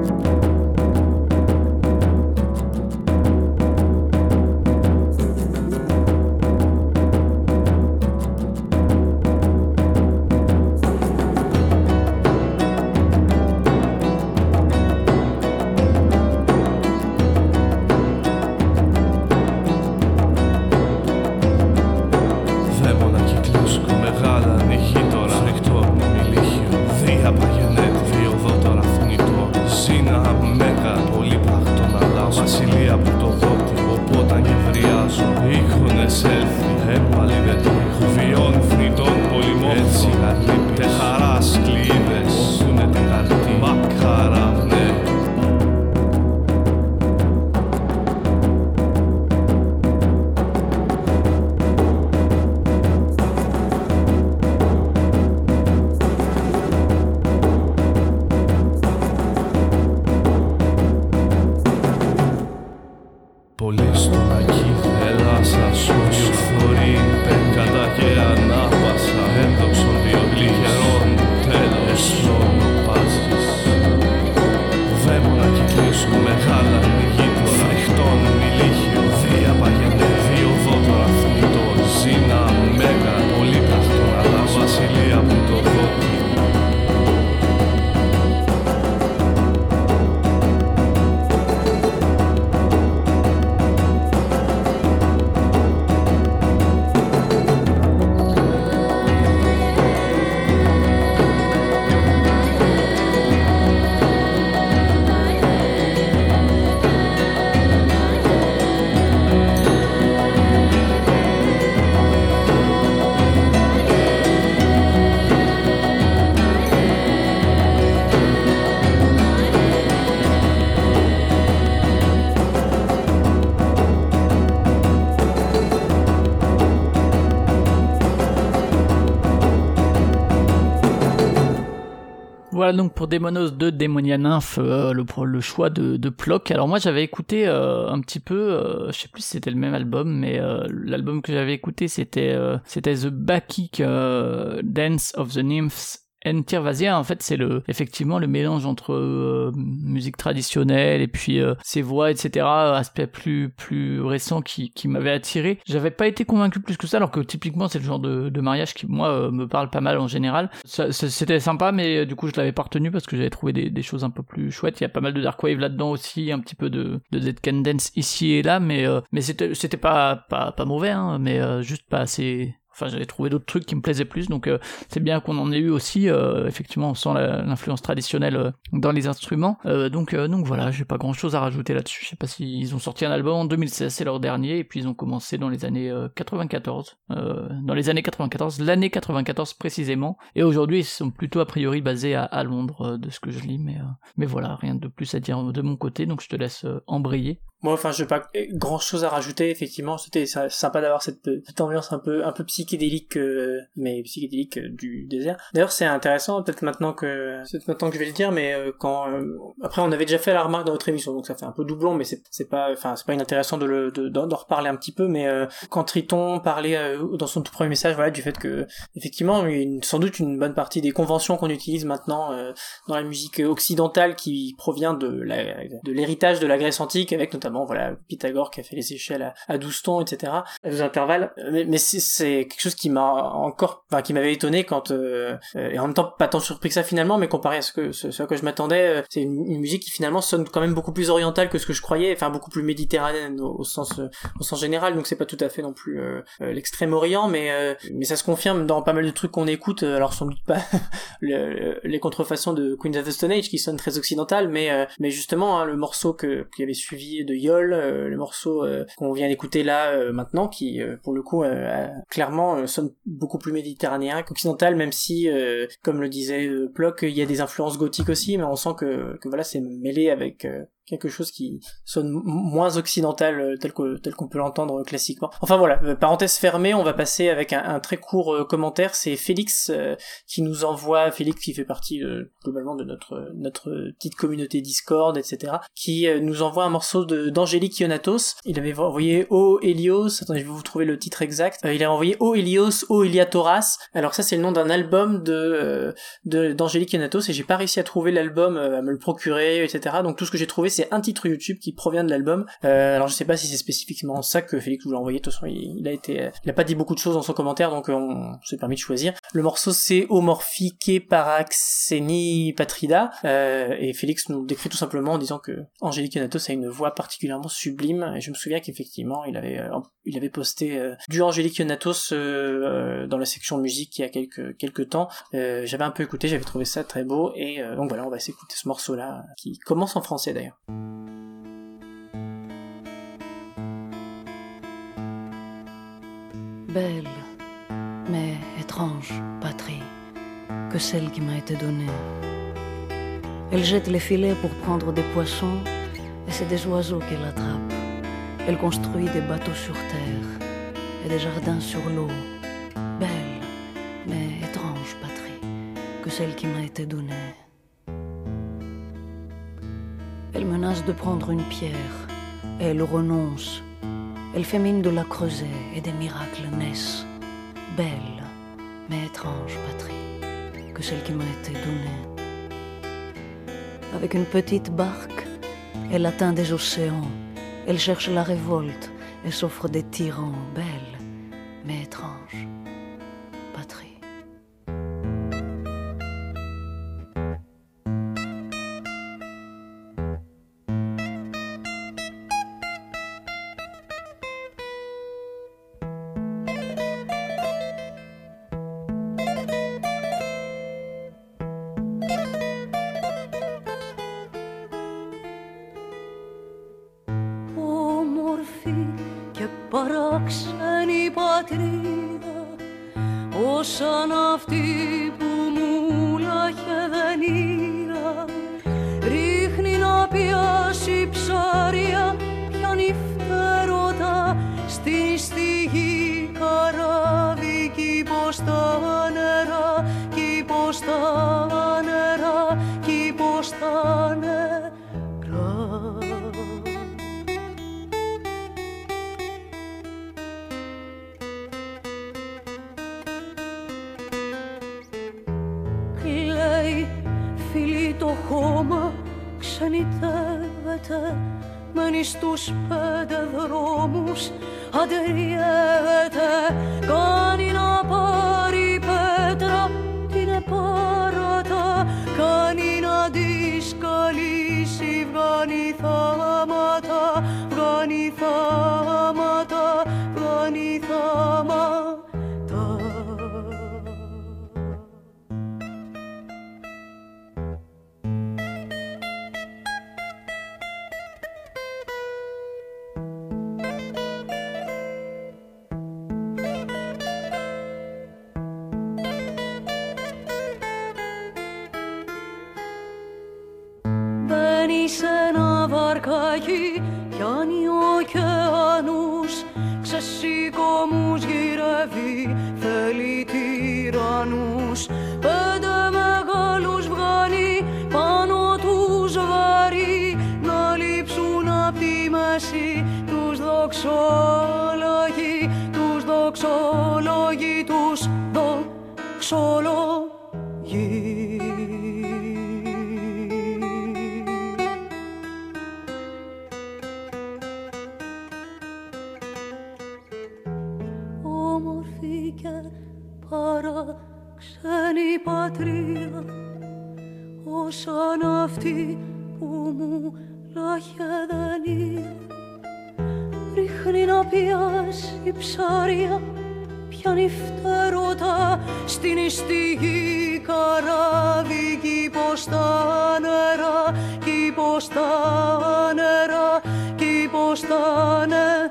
Thank Voilà donc pour Démonos de Démonia Nymph, euh, le, le choix de, de Plock. Alors moi j'avais écouté euh, un petit peu, euh, je sais plus si c'était le même album, mais euh, l'album que j'avais écouté c'était euh, c'était The Bacchic euh, Dance of the Nymphs and Tirvasia. En fait c'est le effectivement le mélange entre euh, musique traditionnelle et puis euh, ses voix etc, aspect plus plus récent qui qui m'avait attiré. J'avais pas été convaincu plus que ça, alors que typiquement c'est le genre de, de mariage qui moi euh, me parle pas mal en général. Ça, ça, c'était sympa, mais euh, du coup je l'avais pas retenu parce que j'avais trouvé des, des choses un peu plus chouettes. Il y a pas mal de dark wave là-dedans aussi, un petit peu de de Dead Can Dance ici et là, mais euh, mais c'était c'était pas pas pas mauvais hein, mais euh, juste pas assez. Enfin, j'avais trouvé d'autres trucs qui me plaisaient plus, donc euh, c'est bien qu'on en ait eu aussi. Euh, effectivement, on sent la, l'influence traditionnelle euh, dans les instruments. Euh, donc, euh, donc voilà, j'ai pas grand-chose à rajouter là-dessus. Je sais pas s'ils ont sorti un album en deux mille seize, c'est leur dernier, et puis ils ont commencé dans les années euh, quatre-vingt-quatorze. Euh, dans les années quatre-vingt-quatorze, l'année quatre-vingt-quatorze précisément. Et aujourd'hui, ils sont plutôt a priori basés à, à Londres, euh, de ce que je lis, mais euh, mais voilà, rien de plus à dire de mon côté. Donc je te laisse euh, embrayer. Moi, enfin, je n'ai pas grand chose à rajouter, effectivement. C'était sympa d'avoir cette, cette ambiance un peu, un peu psychédélique, euh, mais psychédélique euh, du désert. D'ailleurs, c'est intéressant, peut-être maintenant que, c'est maintenant que je vais le dire, mais euh, quand, euh, après, on avait déjà fait la remarque dans notre émission, donc ça fait un peu doublon, mais c'est, c'est pas, enfin, c'est pas inintéressant de le, de, d'en, d'en reparler un petit peu, mais euh, quand Triton parlait euh, dans son tout premier message, voilà, du fait que, effectivement, il y a une, sans doute une bonne partie des conventions qu'on utilise maintenant euh, dans la musique occidentale qui provient de la, de l'héritage de la Grèce antique, avec notamment voilà Pythagore qui a fait les échelles à, à douze tons etc, à douze intervalles, mais, mais c'est, c'est quelque chose qui m'a encore, enfin qui m'avait étonné quand euh, et en même temps pas tant surpris que ça finalement, mais comparé à ce que ce, ce à quoi je m'attendais, euh, c'est une, une musique qui finalement sonne quand même beaucoup plus orientale que ce que je croyais, enfin beaucoup plus méditerranéenne au, au sens euh, au sens général, donc c'est pas tout à fait non plus euh, euh, l'extrême-orient, mais euh, mais ça se confirme dans pas mal de trucs qu'on écoute, euh, alors sans doute pas le, le, les contrefaçons de Queens of the Stone Age qui sonnent très occidentales, mais euh, mais justement hein, le morceau que qui avait suivi de Yol, euh, le morceau euh, qu'on vient d'écouter là euh, maintenant, qui euh, pour le coup euh, clairement euh, sonne beaucoup plus méditerranéen qu'occidental, même si euh, comme le disait euh, Plock, il y a des influences gothiques aussi, mais on sent que, que voilà c'est mêlé avec euh, quelque chose qui sonne m- moins occidental euh, tel que tel qu'on peut l'entendre euh, classiquement. Enfin voilà, euh, parenthèse fermée, on va passer avec un, un très court euh, commentaire. C'est Félix euh, qui nous envoie, Félix qui fait partie euh, globalement de notre notre petite communauté Discord, et cetera, qui euh, nous envoie un morceau de d'Angélique Ionatos. Il avait envoyé O Helios, attendez, je vais vous trouver le titre exact. Euh, il a envoyé O Helios, O Eliatoras. Alors ça c'est le nom d'un album de euh, de d'Angélique Ionatos, et j'ai pas réussi à trouver l'album, euh, à me le procurer, et cetera. Donc tout ce que j'ai trouvé, c'est un titre YouTube qui provient de l'album. Euh, alors je sais pas si c'est spécifiquement ça que Félix vous l'a envoyé. De toute façon, il, il a été, il a pas dit beaucoup de choses dans son commentaire, donc on s'est permis de choisir. Le morceau c'est Omorphique Paraxeni Patrida, euh, et Félix nous décrit tout simplement en disant que Angélique Ionatos a une voix particulièrement sublime. Et je me souviens qu'effectivement, il avait, euh, il avait posté euh, du Angélique Ionatos euh, euh, dans la section musique il y a quelques quelques temps. Euh, j'avais un peu écouté, j'avais trouvé ça très beau, et euh, donc voilà, on va s'écouter ce morceau-là qui commence en français d'ailleurs. Belle, mais étrange patrie que celle qui m'a été donnée. Elle jette les filets pour prendre des poissons, et c'est des oiseaux qu'elle attrape. Elle construit des bateaux sur terre et des jardins sur l'eau. Belle, mais étrange patrie que celle qui m'a été donnée. Elle menace de prendre une pierre, et elle renonce. Elle fait mine de la creuser, et des miracles naissent. Belle, mais étrange patrie que celle qui m'a été donnée. Avec une petite barque, elle atteint des océans. Elle cherche la révolte et s'offre des tyrans. Belle, mais étrange patrie. Παράξενη πατρίδα, ως σαν αυτή που μου λάχε δεν είδα. Ρίχνει να πιάσει ψάρια, πιάνει φτερότα, στην στιγή καράβι κι πως τα νερά, κι πως τα νερά ξενιτεύεται, μένει στους πέντε δρόμους, αντεριεύεται, κάνει να πάρει πέτρα την επάρατα, κάνει να της καλήσει, βγάνει θάματα, βγάνει θάματα, βγάνει θάματα. Σ' ένα βαρκάκι πιάνει ο ωκεανούς, ξεσηκωμούς γυρεύει, θέλει τυραννούς. Πέντε μεγάλους βγάνει πάνω τους βάρη, να λείψουν απ' τη μέση τους δοξόλογοι, τους δοξόλογοι, τους δοξόλογοι. Παράξενη πατρίδα, όσαν αυτή που μου λαχεδανεί, ρίχνει να πιάσει ψάρια, πιάνει φτερότα στην ιστιγή καράβι, κι πως τα νερά, κι πως τα νερά, κι πως τα νερά.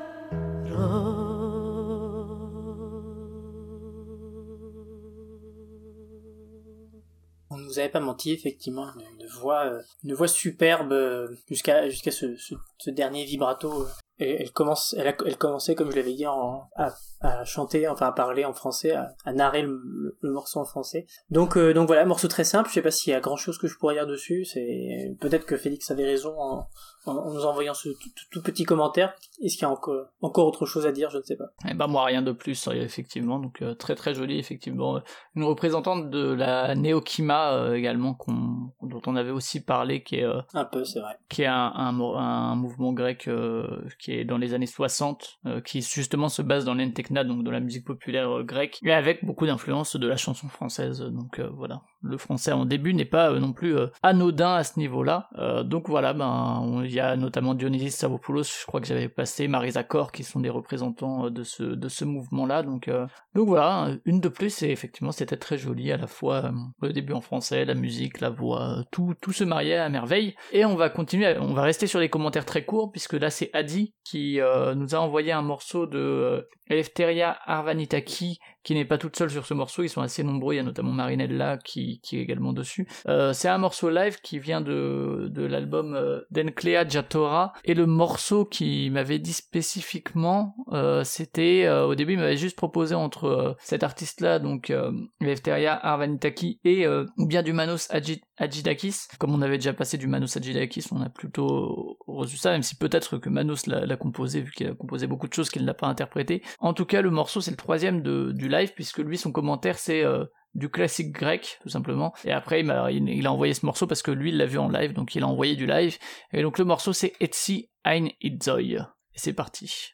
On nous avait pas menti, effectivement, une, une voix, euh, une voix superbe euh, jusqu'à jusqu'à ce, ce, ce dernier vibrato. Euh, et elle commence, elle, a, elle commençait, comme je l'avais dit, en, à, à chanter, enfin à parler en français, à, à narrer le, le, le morceau en français. Donc, euh, donc voilà, morceau très simple. Je sais pas s'il y a grand chose que je pourrais dire dessus. C'est peut-être que Félix avait raison en, en, en nous envoyant ce tout, tout, tout petit commentaire. Est-ce qu'il y a encore, encore autre chose à dire? Je ne sais pas. Eh ben moi rien de plus, effectivement. Donc euh, très très joli, effectivement. Une représentante de la Neokima euh, également, qu'on, dont on avait aussi parlé, qui est euh, un peu, c'est vrai, qui est un, un, un mouvement grec euh, qui est dans les années soixante, euh, qui justement se base dans l'entekna, donc dans la musique populaire euh, grecque, et avec beaucoup d'influence de la chanson française. Donc euh, voilà, le français en début n'est pas euh, non plus euh, anodin à ce niveau-là. Euh, donc voilà, ben il y a notamment Dionysis Savvopoulos, je crois que j'avais passé, Marisa Kor, qui sont des représentants euh, de ce de ce mouvement-là. Donc euh, donc voilà, une de plus, et effectivement c'était très joli, à la fois euh, le début en français, la musique, la voix, tout tout se mariait à merveille. Et on va continuer, on va rester sur les commentaires très courts, puisque là c'est Adi qui euh, nous a envoyé un morceau de euh, Eleftheria Arvanitaki, qui n'est pas toute seule sur ce morceau, ils sont assez nombreux, il y a notamment Marinella qui, qui est également dessus. Euh, c'est un morceau live qui vient de, de l'album euh, d'Enclea Jatora, et le morceau qui m'avait dit spécifiquement, euh, c'était, euh, au début il m'avait juste proposé entre euh, cet artiste-là, donc euh, Eleftheria Arvanitaki, et euh, ou bien du Manos Agit Agidakis. Comme on avait déjà passé du Manos Agidakis, on a plutôt reçu ça, même si peut-être que Manos l'a, l'a composé, vu qu'il a composé beaucoup de choses qu'il n'a pas interprétées. En tout cas, le morceau, c'est le troisième de, du live, puisque lui, son commentaire, c'est euh, du classique grec, tout simplement. Et après, il, m'a, il, il a envoyé ce morceau parce que lui, il l'a vu en live, donc il a envoyé du live. Et donc le morceau, c'est Etsi Ein Itzoi. Et c'est parti.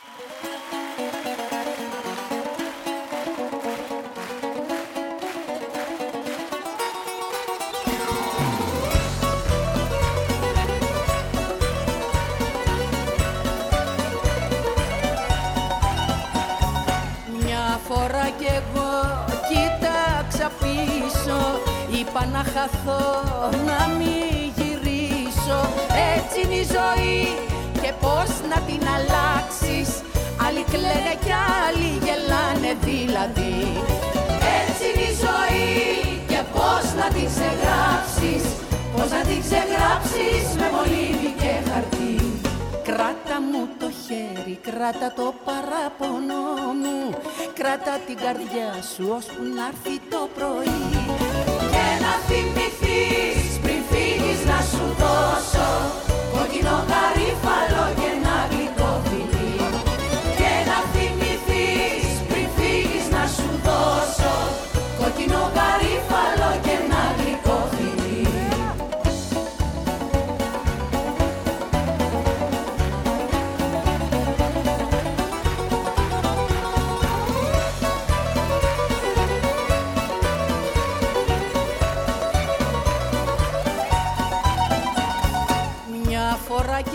Είπα να χαθώ, να μην γυρίσω. Έτσι είναι η ζωή και πώς να την αλλάξεις. Άλλοι κλαίνε κι άλλοι γελάνε δηλαδή. Έτσι είναι η ζωή και πώς να την ξεγράψεις. Πώς να την ξεγράψεις με μολύβι και χαρτί. Κράτα μου το χέρι, κράτα το παράπονο μου. Κράτα την καρδιά σου ώσπου να έρθει το πρωί. Και να θυμηθείς πριν φύγεις να σου δώσω κόκκινο γαρίφαλο και ένα γλυκό φιλί. Και να θυμηθείς πριν φύγεις να σου δώσω κόκκινο γαρίφαλο και ένα γλυκό φιλί.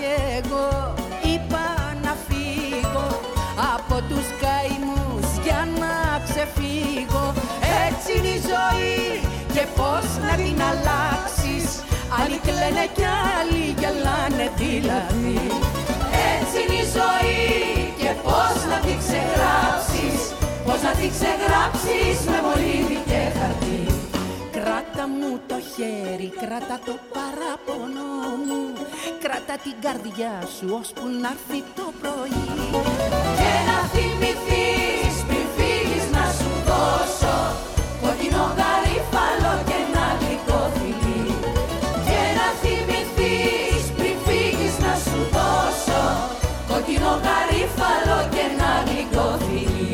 εγώ είπα να φύγω από τους καημούς για να ξεφύγω. Έτσι είναι η ζωή και πώς να την αλλάξεις, άλλοι κλαίνε κι άλλοι γελάνε δηλαδή. Έτσι είναι η ζωή και πώς να την ξεγράψεις, πώς να την ξεγράψεις με μολύβι και χαρτί. Κράτα μου το χέρι, κράτα το παράπονο μου, κράτα την καρδιά σου ώσπου να έρθει το πρωί. Και να θυμηθείς πριν φύγεις να σου δώσω κόκκινο γαρίφαλο και ένα γλυκό φιλί. Και να θυμηθείς πριν φύγεις να σου δώσω κόκκινο γαρίφαλο και ένα γλυκό φιλί.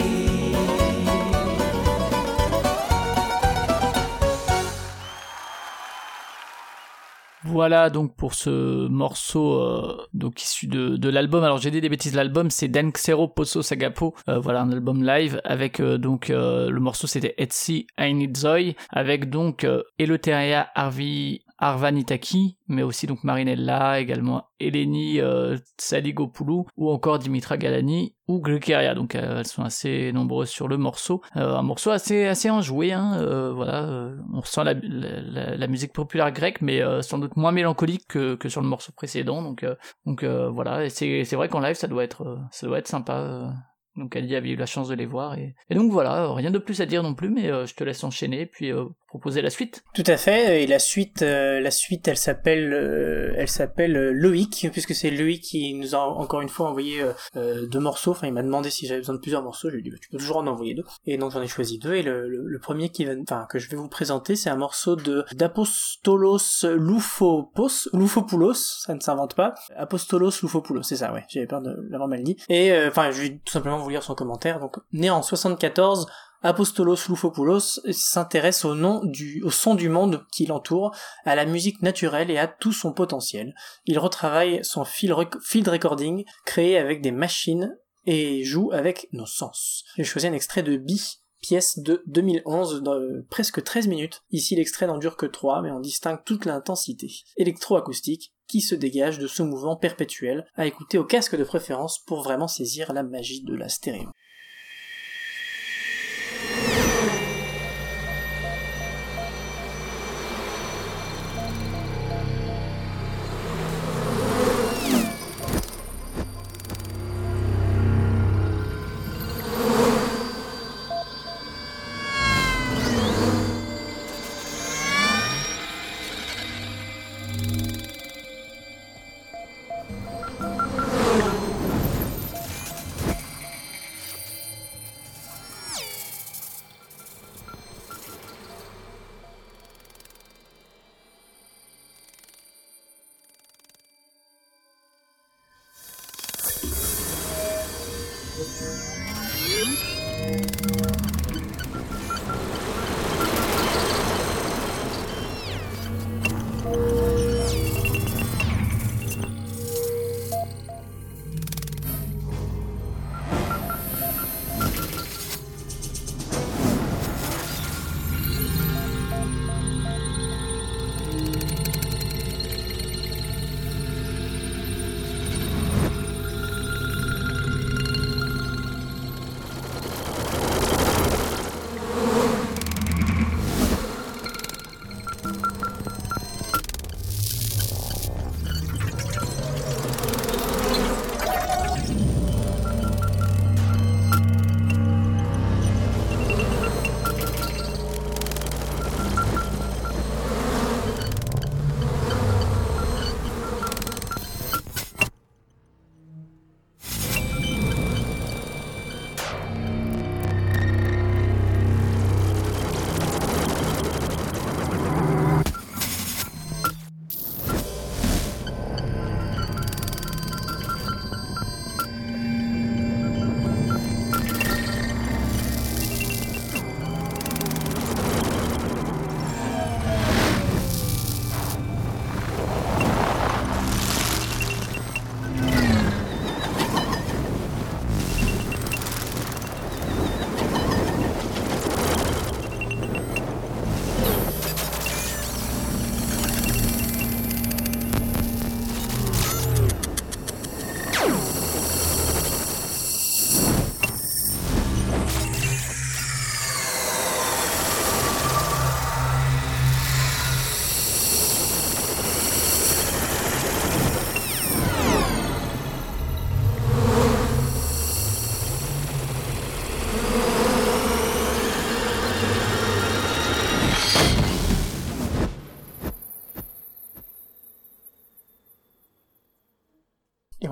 Voilà donc pour ce morceau euh, donc issu de, de l'album. Alors j'ai dit des bêtises, l'album c'est Danxero Poso Sagapo, euh, voilà un album live avec euh, donc euh, le morceau c'était Etsi Ainitzoy avec donc euh, Eleutheria Arvi Arvanitaki, mais aussi donc Marinella, également Eleni euh, Tsaligopoulou ou encore Dimitra Galani ou Glukeria. Donc euh, elles sont assez nombreuses sur le morceau. Euh, un morceau assez assez enjoué, hein, euh, voilà. Euh, on ressent la, la, la musique populaire grecque, mais euh, sans doute moins mélancolique que, que sur le morceau précédent. Donc euh, donc euh, voilà. Et c'est c'est vrai qu'en live ça doit être euh, ça doit être sympa. Euh. Donc Ali avait eu la chance de les voir et, et donc voilà, rien de plus à dire non plus, mais euh, je te laisse enchaîner puis euh, proposer la suite. Tout à fait, et la suite, euh, la suite, elle s'appelle, euh, elle s'appelle euh, Loïc, puisque c'est Loïc qui nous a encore une fois envoyé euh, euh, deux morceaux. Enfin, il m'a demandé si j'avais besoin de plusieurs morceaux. Je lui ai dit bah, tu peux toujours en envoyer deux. Et donc j'en ai choisi deux. Et le, le, le premier qui va, enfin que je vais vous présenter, c'est un morceau de d'Apostolos Loufopoulos, Loufopoulos, ça ne s'invente pas. Apostolos Loufopoulos, c'est ça, ouais. J'avais peur de l'avoir mal dit. Et enfin, euh, je vais tout simplement vous lire son commentaire. Donc, né en soixante-quatorze. Apostolos Loufopoulos s'intéresse au, nom du, au son du monde qui l'entoure, à la musique naturelle et à tout son potentiel. Il retravaille son field, field recording créé avec des machines et joue avec nos sens. J'ai choisi un extrait de Bi, pièce de deux mille onze, de presque treize minutes. Ici l'extrait n'en dure que trois, mais on distingue toute l'intensité électroacoustique qui se dégage de ce mouvement perpétuel, à écouter au casque de préférence pour vraiment saisir la magie de la stéréo.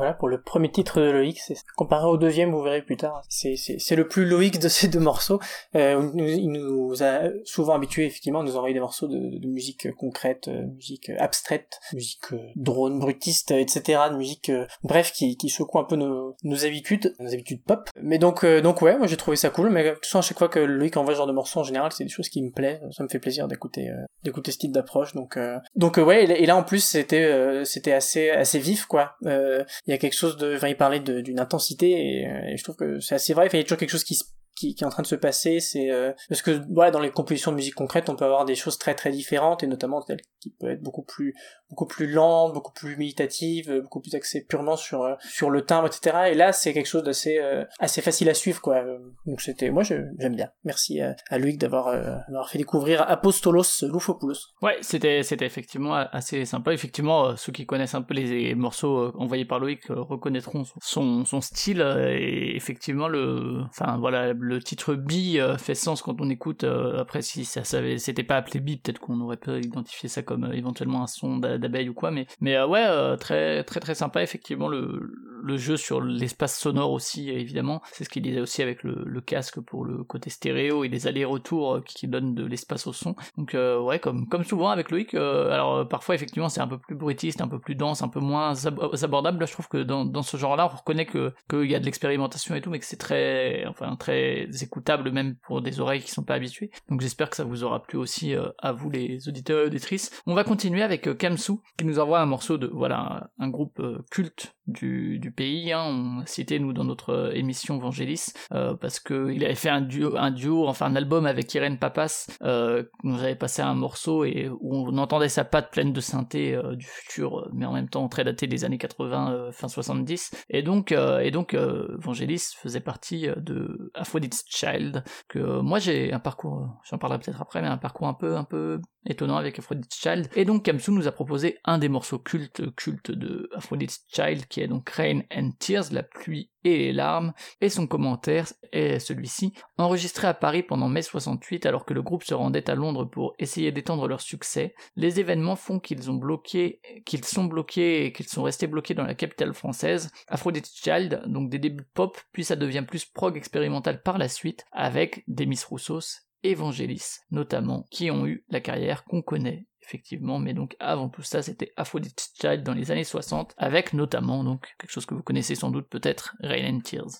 Voilà pour le premier titre de Loïc. C'est comparé au deuxième, vous verrez plus tard. C'est c'est c'est le plus Loïc de ces deux morceaux. Euh, il, nous, il nous a souvent habitués effectivement à nous envoyer des morceaux de, de musique concrète, euh, musique abstraite, musique euh, drone, brutiste, et cetera. De musique, euh, bref, qui qui secoue un peu nos nos habitudes, nos habitudes pop. Mais donc euh, donc ouais, moi j'ai trouvé ça cool. Mais de toute façon, à chaque fois que Loïc envoie ce genre de morceaux, en général, c'est des choses qui me plaisent. Ça me fait plaisir d'écouter euh, d'écouter ce type d'approche. Donc euh, donc euh, ouais. Et là en plus, c'était euh, c'était assez assez vif quoi. Euh, il y a quelque chose de, enfin, il parlait de, d'une intensité et, et je trouve que c'est assez vrai. Enfin, il y a toujours quelque chose qui se Qui, qui est en train de se passer, c'est euh, parce que voilà, dans les compositions de musique concrète, on peut avoir des choses très très différentes et notamment celle qui peut être beaucoup plus beaucoup plus lente, beaucoup plus méditative, beaucoup plus axée purement sur euh, sur le timbre, et cetera. Et là, c'est quelque chose d'assez euh, assez facile à suivre quoi. Donc c'était, moi je, j'aime bien. Merci à, à Loïc d'avoir euh, d'avoir fait découvrir Apostolos Loufopoulos. Ouais, c'était c'était effectivement assez sympa. Effectivement, euh, ceux qui connaissent un peu les morceaux euh, envoyés par Loïc euh, reconnaîtront son son style euh, et effectivement le, enfin voilà. Le titre Bi euh, fait sens quand on écoute. Euh, après, si ça savait, c'était pas appelé Bi, peut-être qu'on aurait pu identifier ça comme euh, éventuellement un son d'abeille ou quoi. Mais, mais euh, ouais, euh, très très très sympa. Effectivement, le le jeu sur l'espace sonore aussi, évidemment. C'est ce qu'il disait aussi avec le, le casque pour le côté stéréo et les allers-retours euh, qui donnent de l'espace au son. Donc euh, ouais, comme comme souvent avec Loïc. Euh, alors euh, parfois effectivement c'est un peu plus brutiste, un peu plus dense, un peu moins ab- abordable. Là, je trouve que dans dans ce genre-là, on reconnaît que qu'il y a de l'expérimentation et tout, mais que c'est très, enfin très écoutable même pour des oreilles qui sont pas habituées. Donc j'espère que ça vous aura plu aussi euh, à vous les auditeurs et auditrices. On va continuer avec euh, Kamsu qui nous envoie un morceau de, voilà, un groupe euh, culte du, du pays, hein. On a cité nous dans notre euh, émission Vangelis euh, parce que il avait fait un duo, un duo, enfin un album avec Irène Papas, euh, nous avait passé un morceau et où on entendait sa patte pleine de synthé euh, du futur, mais en même temps très daté des années quatre-vingts, euh, fin soixante-dix. Et donc euh, et donc euh, Vangelis faisait partie de Aphrodite's Child, que euh, moi j'ai un parcours, j'en parlerai peut-être après, mais un parcours un peu un peu étonnant avec Aphrodite's Child. Et donc Kamsu nous a proposé un des morceaux cultes cultes de Aphrodite's Child, qui est donc Rain and Tears, la pluie et les larmes, et son commentaire est celui-ci: enregistré à Paris pendant mai soixante-huit alors que le groupe se rendait à Londres pour essayer d'étendre leur succès, les événements font qu'ils ont bloqué, qu'ils sont bloqués et qu'ils sont restés bloqués dans la capitale française. Aphrodite's Child, donc des débuts pop, puis ça devient plus prog expérimental par la suite, avec Demis Roussos et Vangelis notamment, qui ont eu la carrière qu'on connaît effectivement, mais donc avant tout ça c'était Aphrodite's Child dans les années soixante, avec notamment donc quelque chose que vous connaissez sans doute peut-être, Rain and Tears.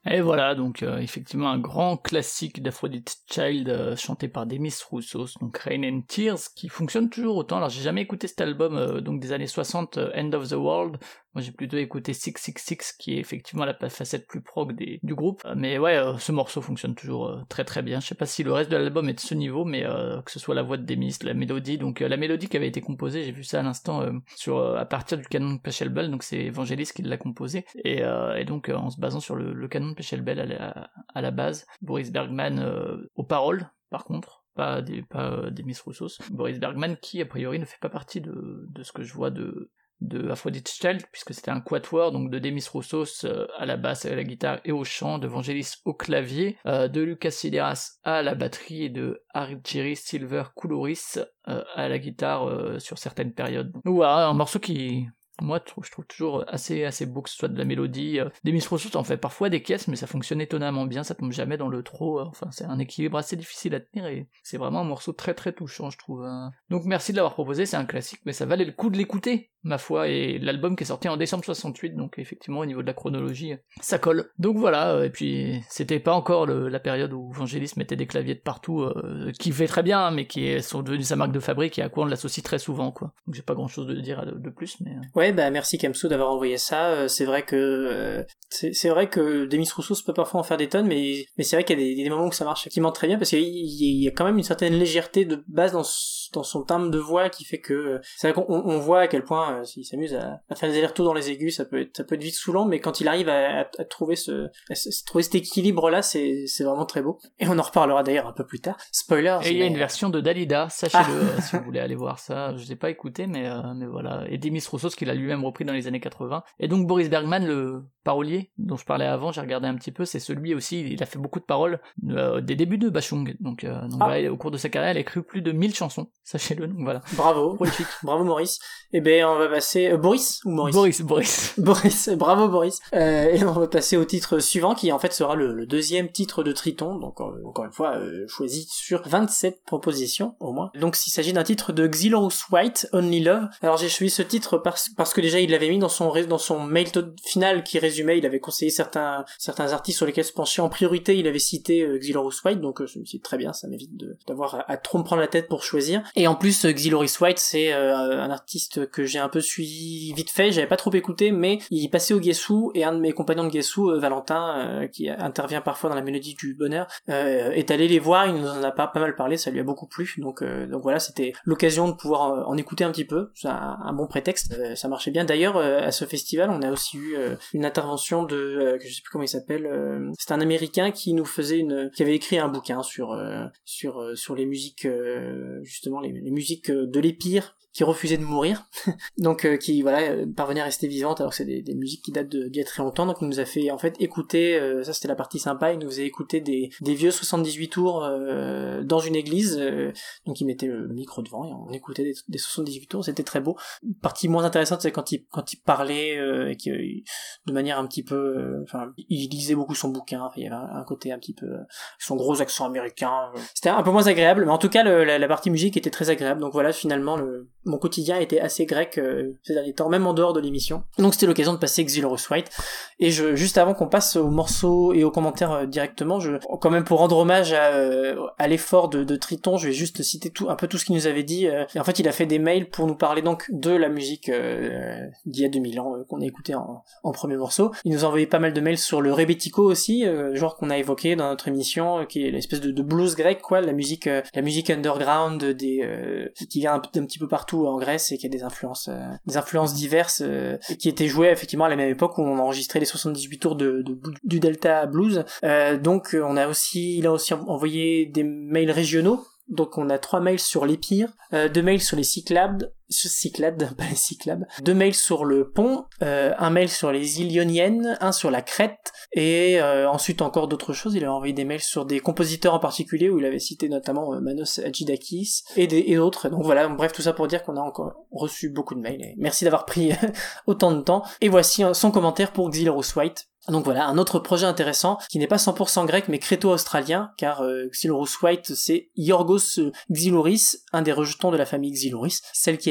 Et voilà, donc euh, effectivement un grand classique d'Aphrodite Child euh, chanté par Demis Roussos, donc Rain and Tears, qui fonctionne toujours autant. Alors j'ai jamais écouté cet album euh, donc des années soixante, euh, End of the World. Moi j'ai plutôt écouté six six six, qui est effectivement la facette plus prog des, du groupe. Euh, mais ouais, euh, ce morceau fonctionne toujours euh, très très bien. Je sais pas si le reste de l'album est de ce niveau, mais euh, que ce soit la voix de Demis, la mélodie, donc euh, la mélodie qui avait été composée, j'ai vu ça à l'instant euh, sur euh, à partir du canon de Pachelbel, donc c'est Vangelis qui l'a composé, et, euh, et donc euh, en se basant sur le, le canon de Pachelbel à la, à la base. Boris Bergman euh, aux paroles, par contre. Pas des, pas euh, Demis Roussos. Boris Bergman qui a priori ne fait pas partie de, de ce que je vois de de Aphrodite Child, puisque c'était un quatuor, donc de Demis Roussos euh, à la basse, à la guitare et au chant, de Vangelis au clavier, euh, de Lucas Sideras à la batterie et de Argyris Silver Koulouris euh, à la guitare euh, sur certaines périodes. Donc voilà, un morceau qui... moi je trouve, je trouve toujours assez assez beau, que ce soit de la mélodie. Euh, Demis Roussos en fait parfois des caisses, mais ça fonctionne étonnamment bien, ça tombe jamais dans le trop, euh, enfin c'est un équilibre assez difficile à tenir, et c'est vraiment un morceau très très touchant je trouve. Hein. Donc merci de l'avoir proposé, c'est un classique, mais ça valait le coup de l'écouter, ma foi, et l'album qui est sorti en décembre soixante-huit, donc effectivement au niveau de la chronologie, ça colle. Donc voilà, euh, et puis c'était pas encore le, la période où Vangelis mettait des claviers de partout, euh, qui fait très bien, mais qui sont devenus sa marque de fabrique, et à quoi on l'associe très souvent, quoi. Donc j'ai pas grand chose de dire de, de plus, mais... Euh... Ouais, bah merci Kamso d'avoir envoyé ça. C'est vrai que euh, c'est, c'est vrai que Demis Roussos peut parfois en faire des tonnes, mais mais c'est vrai qu'il y a des, des moments où ça marche effectivement très bien, parce qu'il y a quand même une certaine légèreté de base dans, dans son timbre de voix qui fait que c'est vrai qu'on on voit à quel point euh, s'il s'amuse à, à faire des allers-retours dans les aigus, ça peut être ça peut être vite saoulant, mais quand il arrive à, à, à trouver ce à, à trouver cet équilibre là, c'est c'est vraiment très beau. Et on en reparlera d'ailleurs un peu plus tard. Spoiler. Et il y a une version de Dalida, sachez-le, ah. euh, si vous voulez aller voir ça. Je l'ai pas écouté, mais euh, mais voilà. Et Demis Roussos qui l'a lui-même repris dans les années quatre-vingts. Et donc Boris Bergman, le parolier dont je parlais avant, j'ai regardé un petit peu, c'est celui aussi, il a fait beaucoup de paroles euh, des débuts de Bachung. Donc, euh, donc ah. voilà, au cours de sa carrière, il a écrit plus de mille chansons, sachez-le. Donc voilà. Bravo, prolifique. Bravo Maurice. Et ben on va passer euh, Boris ou Maurice. Boris, Boris. Boris, bravo Boris. Euh, et on va passer au titre suivant qui en fait sera le, le deuxième titre de Triton. Donc euh, encore une fois euh, choisi sur vingt-sept propositions au moins. Donc il s'agit d'un titre de Xilorus White, Only Love. Alors j'ai choisi ce titre parce parce que déjà il l'avait mis dans son dans son mail final qui résumait, il avait conseillé certains certains artistes sur lesquels se pencher en priorité, il avait cité euh, Xilorus White, donc euh, je me suis dit très bien, ça m'évite de d'avoir à, à trop me prendre la tête pour choisir. Et en plus euh, Xilorus White c'est euh, un artiste que j'ai un peu suivi vite fait, j'avais pas trop écouté, mais il passait au Guessou, et un de mes compagnons de Guessou, euh, Valentin, euh, qui intervient parfois dans la mélodie du bonheur, euh, est allé les voir, il nous en a pas pas mal parlé, ça lui a beaucoup plu, donc euh, donc voilà, c'était l'occasion de pouvoir en, en écouter un petit peu, c'est un, un bon prétexte, euh, ça marchait bien. D'ailleurs euh, à ce festival on a aussi eu euh, une intervention de euh, je sais plus comment il s'appelle, euh, c'était un Américain qui nous faisait une qui avait écrit un bouquin sur euh, sur euh, sur les musiques euh, justement les, les musiques de l'Épire qui refusait de mourir, donc euh, qui voilà euh, parvenait à rester vivante alors que c'est des, des musiques qui datent de, d'il y a très longtemps. Donc il nous a fait en fait écouter, euh, ça c'était la partie sympa, il nous faisait écouter des, des vieux soixante-dix-huit tours euh, dans une église, euh, donc il mettait le micro devant et on écoutait des, des soixante-dix-huit tours, c'était très beau. Partie moins intéressante c'est quand il quand il parlait euh, et qui, euh, de manière un petit peu, enfin euh, il lisait beaucoup son bouquin, enfin, il y avait un, un côté un petit peu, euh, son gros accent américain, euh, c'était un peu moins agréable, mais en tout cas le, la, la partie musique était très agréable. Donc voilà, finalement le mon quotidien était assez grec euh, ces derniers temps, même en dehors de l'émission. Donc c'était l'occasion de passer Xilorus White. Et je, juste avant qu'on passe aux morceaux et aux commentaires euh, directement, je, quand même pour rendre hommage à, euh, à l'effort de, de Triton, je vais juste citer tout, un peu tout ce qu'il nous avait dit. Euh, et en fait, il a fait des mails pour nous parler donc de la musique euh, d'il y a deux mille ans, euh, qu'on a écouté en, en premier morceau. Il nous a envoyé pas mal de mails sur le rebetiko aussi, euh, genre qu'on a évoqué dans notre émission, euh, qui est l'espèce de, de blues grec, quoi, la musique, euh, la musique underground des, euh, qui vient un, un petit peu partout en Grèce et qui a des influences euh, des influences diverses euh, qui étaient jouées effectivement à la même époque où on enregistrait les soixante-dix-huit tours de, de du Delta Blues. Euh, donc on a aussi il a aussi envoyé des mails régionaux. Donc on a trois mails sur l'Épire, euh, deux mails sur les Cyclades, Cyclades, pas les Cyclades, deux mails sur le pont, euh, un mail sur les îles Ioniennes, un sur la Crète, et euh, ensuite encore d'autres choses. Il a envoyé des mails sur des compositeurs en particulier, où il avait cité notamment euh, Manos Hadjidakis, et, des, et d'autres. Donc voilà, bref, tout ça pour dire qu'on a encore reçu beaucoup de mails. Et merci d'avoir pris autant de temps. Et voici son commentaire pour Xilorus White. Donc voilà, un autre projet intéressant qui n'est pas cent pour cent grec mais créto-australien, car euh, Xilorus White c'est Yorgos Xylouris, un des rejetons de la famille Xylouris, celle qui a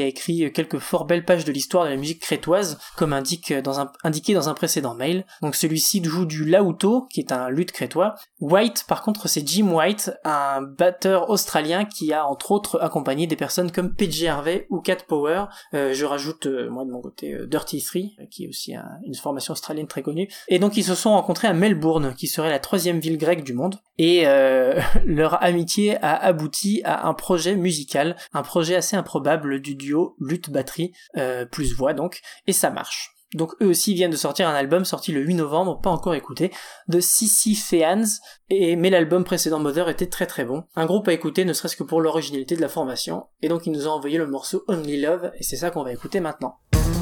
écrit quelques fort belles pages de l'histoire de la musique crétoise, comme indique dans un, indiqué dans un précédent mail. Donc celui-ci joue du laouto, qui est un luth crétois. White, par contre, c'est Jim White, un batteur australien qui a entre autres accompagné des personnes comme P J Harvey ou Cat Power. Euh, je rajoute, euh, moi de mon côté, euh, Dirty Three, qui est aussi un, une formation australienne très connue. Et donc ils se sont rencontrés à Melbourne, qui serait la troisième ville grecque du monde. Et euh, leur amitié a abouti à un projet musical, un projet assez improbable du duo luth-batterie, euh, plus voix donc, et ça marche. Donc eux aussi viennent de sortir un album sorti le huit novembre, pas encore écouté, de Sisypheans, et mais l'album précédent Mother était très très bon. Un groupe à écouter ne serait-ce que pour l'originalité de la formation, et donc ils nous ont envoyé le morceau Only Love, et c'est ça qu'on va écouter maintenant.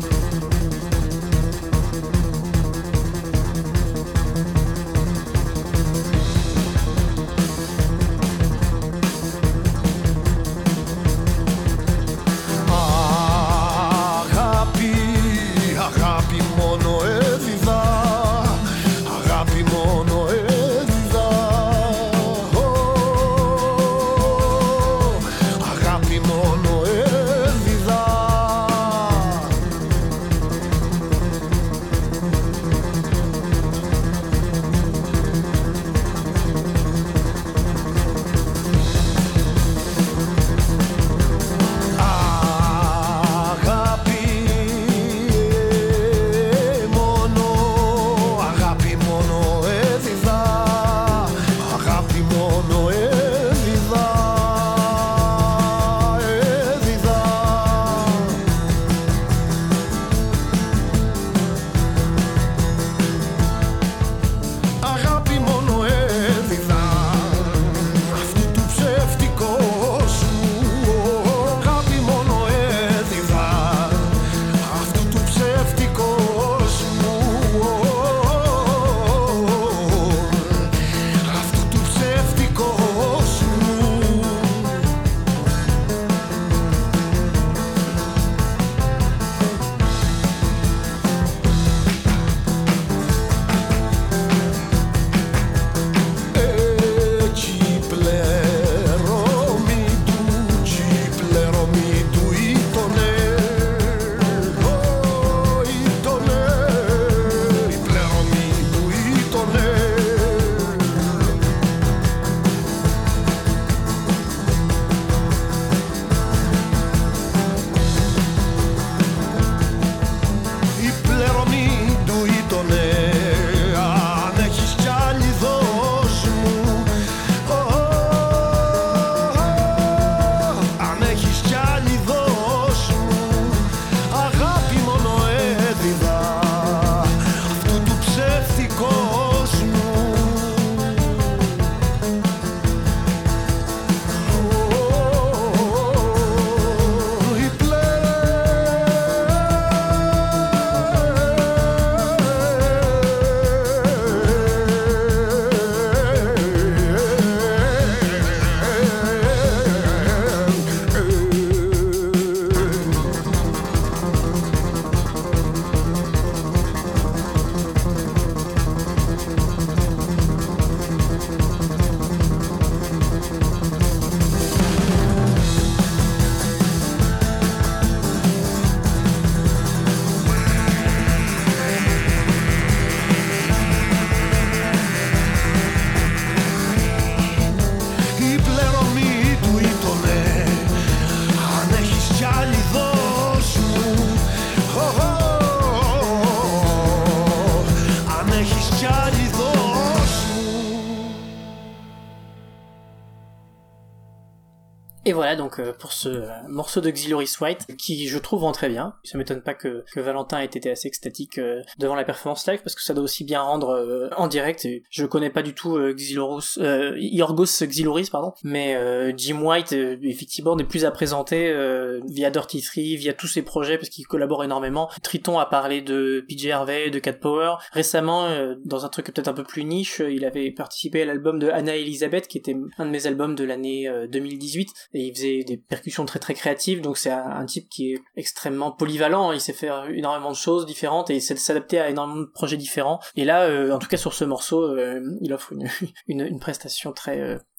Et voilà donc euh, pour ce euh, morceau de Xyloris White qui je trouve rend très bien. Ça m'étonne pas que, que Valentin ait été assez extatique euh, devant la performance live parce que ça doit aussi bien rendre euh, en direct. Et je connais pas du tout euh, Xyloros, euh, Yorgos Xyloris pardon, mais euh, Jim White euh, effectivement n'est plus à présenter euh, via Dirty Three, via tous ses projets parce qu'il collabore énormément. Triton a parlé de P J Harvey, de Cat Power. Récemment euh, dans un truc peut-être un peu plus niche, il avait participé à l'album de Anna Elizabeth qui était un de mes albums de l'année euh, deux mille dix-huit. Et il faisait des percussions très très créatives, donc c'est un, un type qui est extrêmement polyvalent, il sait faire énormément de choses différentes et il sait s'adapter à énormément de projets différents. Et là, euh, en tout cas sur ce morceau, euh, il offre une, une, une prestation très... Euh,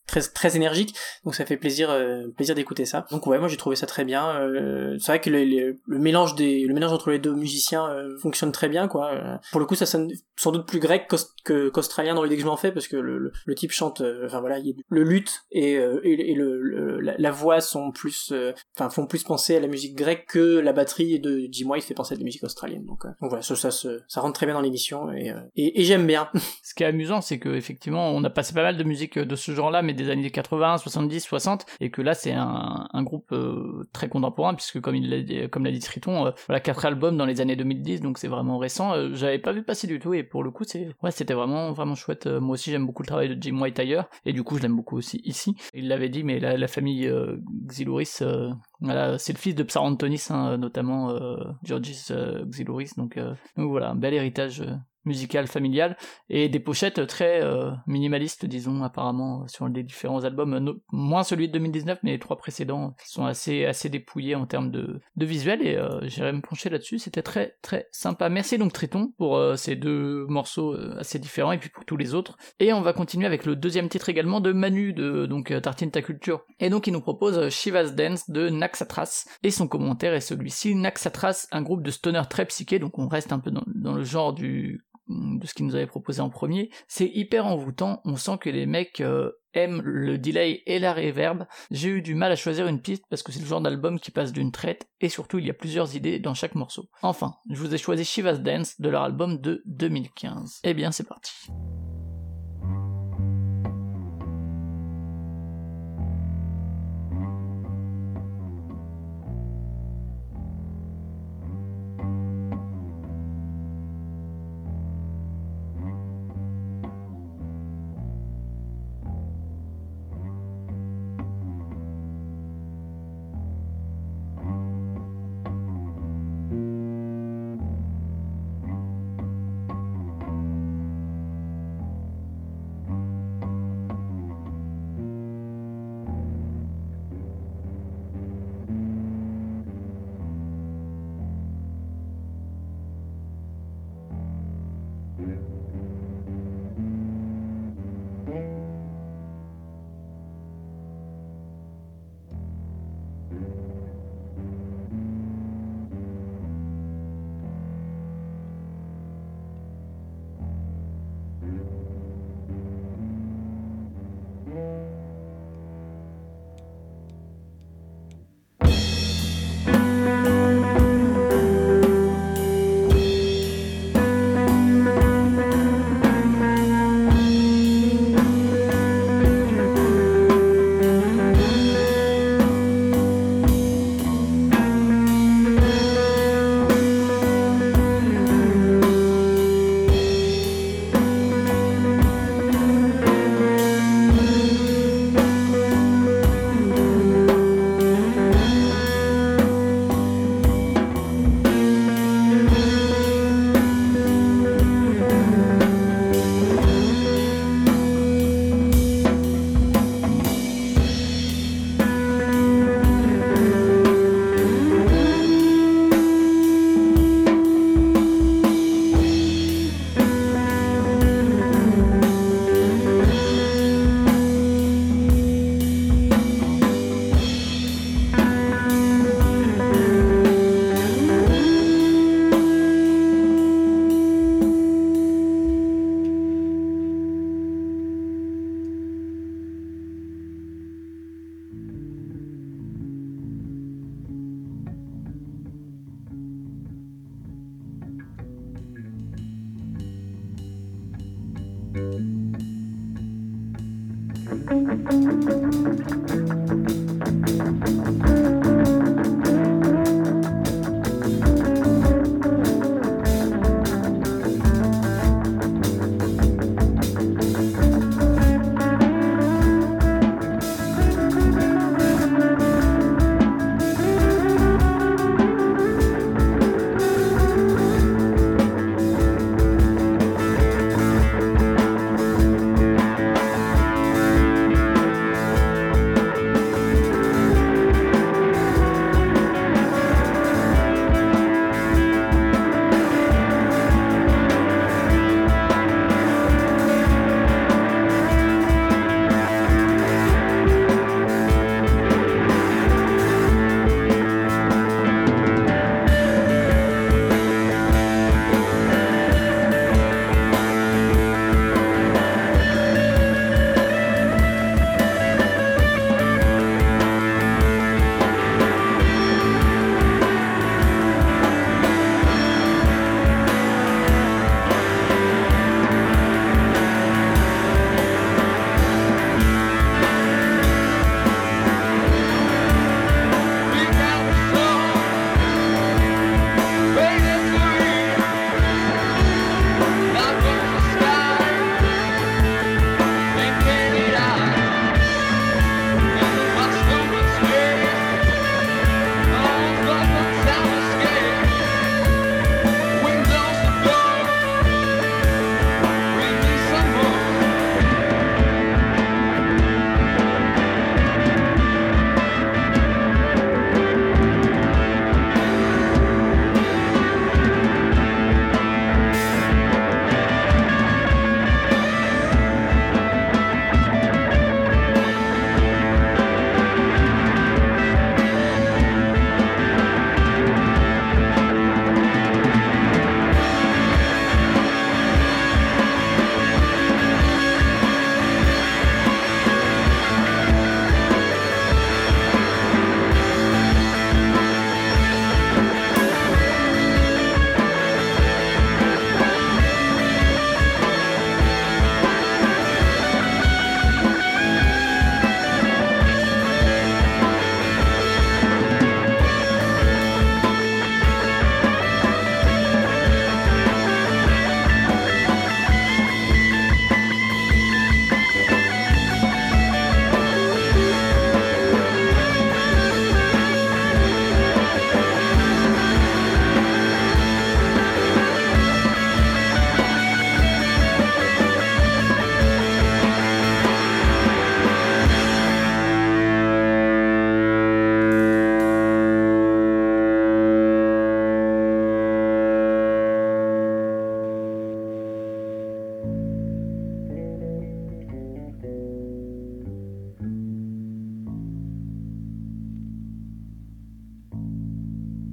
très très énergique, donc ça fait plaisir euh, plaisir d'écouter ça. Donc ouais, moi j'ai trouvé ça très bien. Euh, c'est vrai que le, le, le mélange des le mélange entre les deux musiciens euh, fonctionne très bien quoi. Euh, pour le coup, ça sonne sans doute plus grec qu'aust- que, qu'australien dans l'idée que je m'en fais, parce que le, le, le type chante, euh, enfin voilà, il y a le luth et euh, et, et le, le la, la voix sont plus, enfin euh, font plus penser à la musique grecque que la batterie de Jim White fait penser à de la musique australienne. Donc, euh, donc voilà, ça, ça ça ça rentre très bien dans l'émission et euh, et, et j'aime bien. Ce qui est amusant, c'est que effectivement, on a passé pas mal de musique de ce genre-là, mais des années quatre-vingts, soixante-dix, soixante, et que là, c'est un, un groupe euh, très contemporain, puisque comme il l'a dit, comme l'a dit Triton, euh, voilà, quatre albums dans les années deux mille dix, donc c'est vraiment récent. Euh, j'avais pas vu passer du tout, et pour le coup, c'est, ouais, c'était vraiment, vraiment chouette. Euh, moi aussi, j'aime beaucoup le travail de Jim White ailleurs, et du coup, je l'aime beaucoup aussi ici. Il l'avait dit, mais la, la famille euh, Xylouris, euh, voilà, c'est le fils de Psarantonis, hein, notamment euh, Georgis euh, Xylouris, donc, euh, donc voilà, un bel héritage. Euh, musical familial et des pochettes très euh, minimalistes disons apparemment sur les différents albums, no- moins celui de deux mille dix-neuf mais les trois précédents sont assez assez dépouillés en termes de, de visuel et euh, j'irai me pencher là-dessus, c'était très très sympa. Merci donc Triton pour euh, ces deux morceaux euh, assez différents et puis pour tous les autres, et on va continuer avec le deuxième titre également de Manu de donc euh, Tartine ta culture, et donc il nous propose euh, Shiva's Dance de Naxatras et son commentaire est celui-ci. Naxatras, un groupe de stoner très psyché, donc on reste un peu dans, dans le genre du de ce qu'ils nous avaient proposé en premier, c'est hyper envoûtant, on sent que les mecs euh, aiment le delay et la reverb. J'ai eu du mal à choisir une piste parce que c'est le genre d'album qui passe d'une traite, et surtout il y a plusieurs idées dans chaque morceau. Enfin, je vous ai choisi Shiva's Dance de leur album de deux mille quinze. Eh bien c'est parti.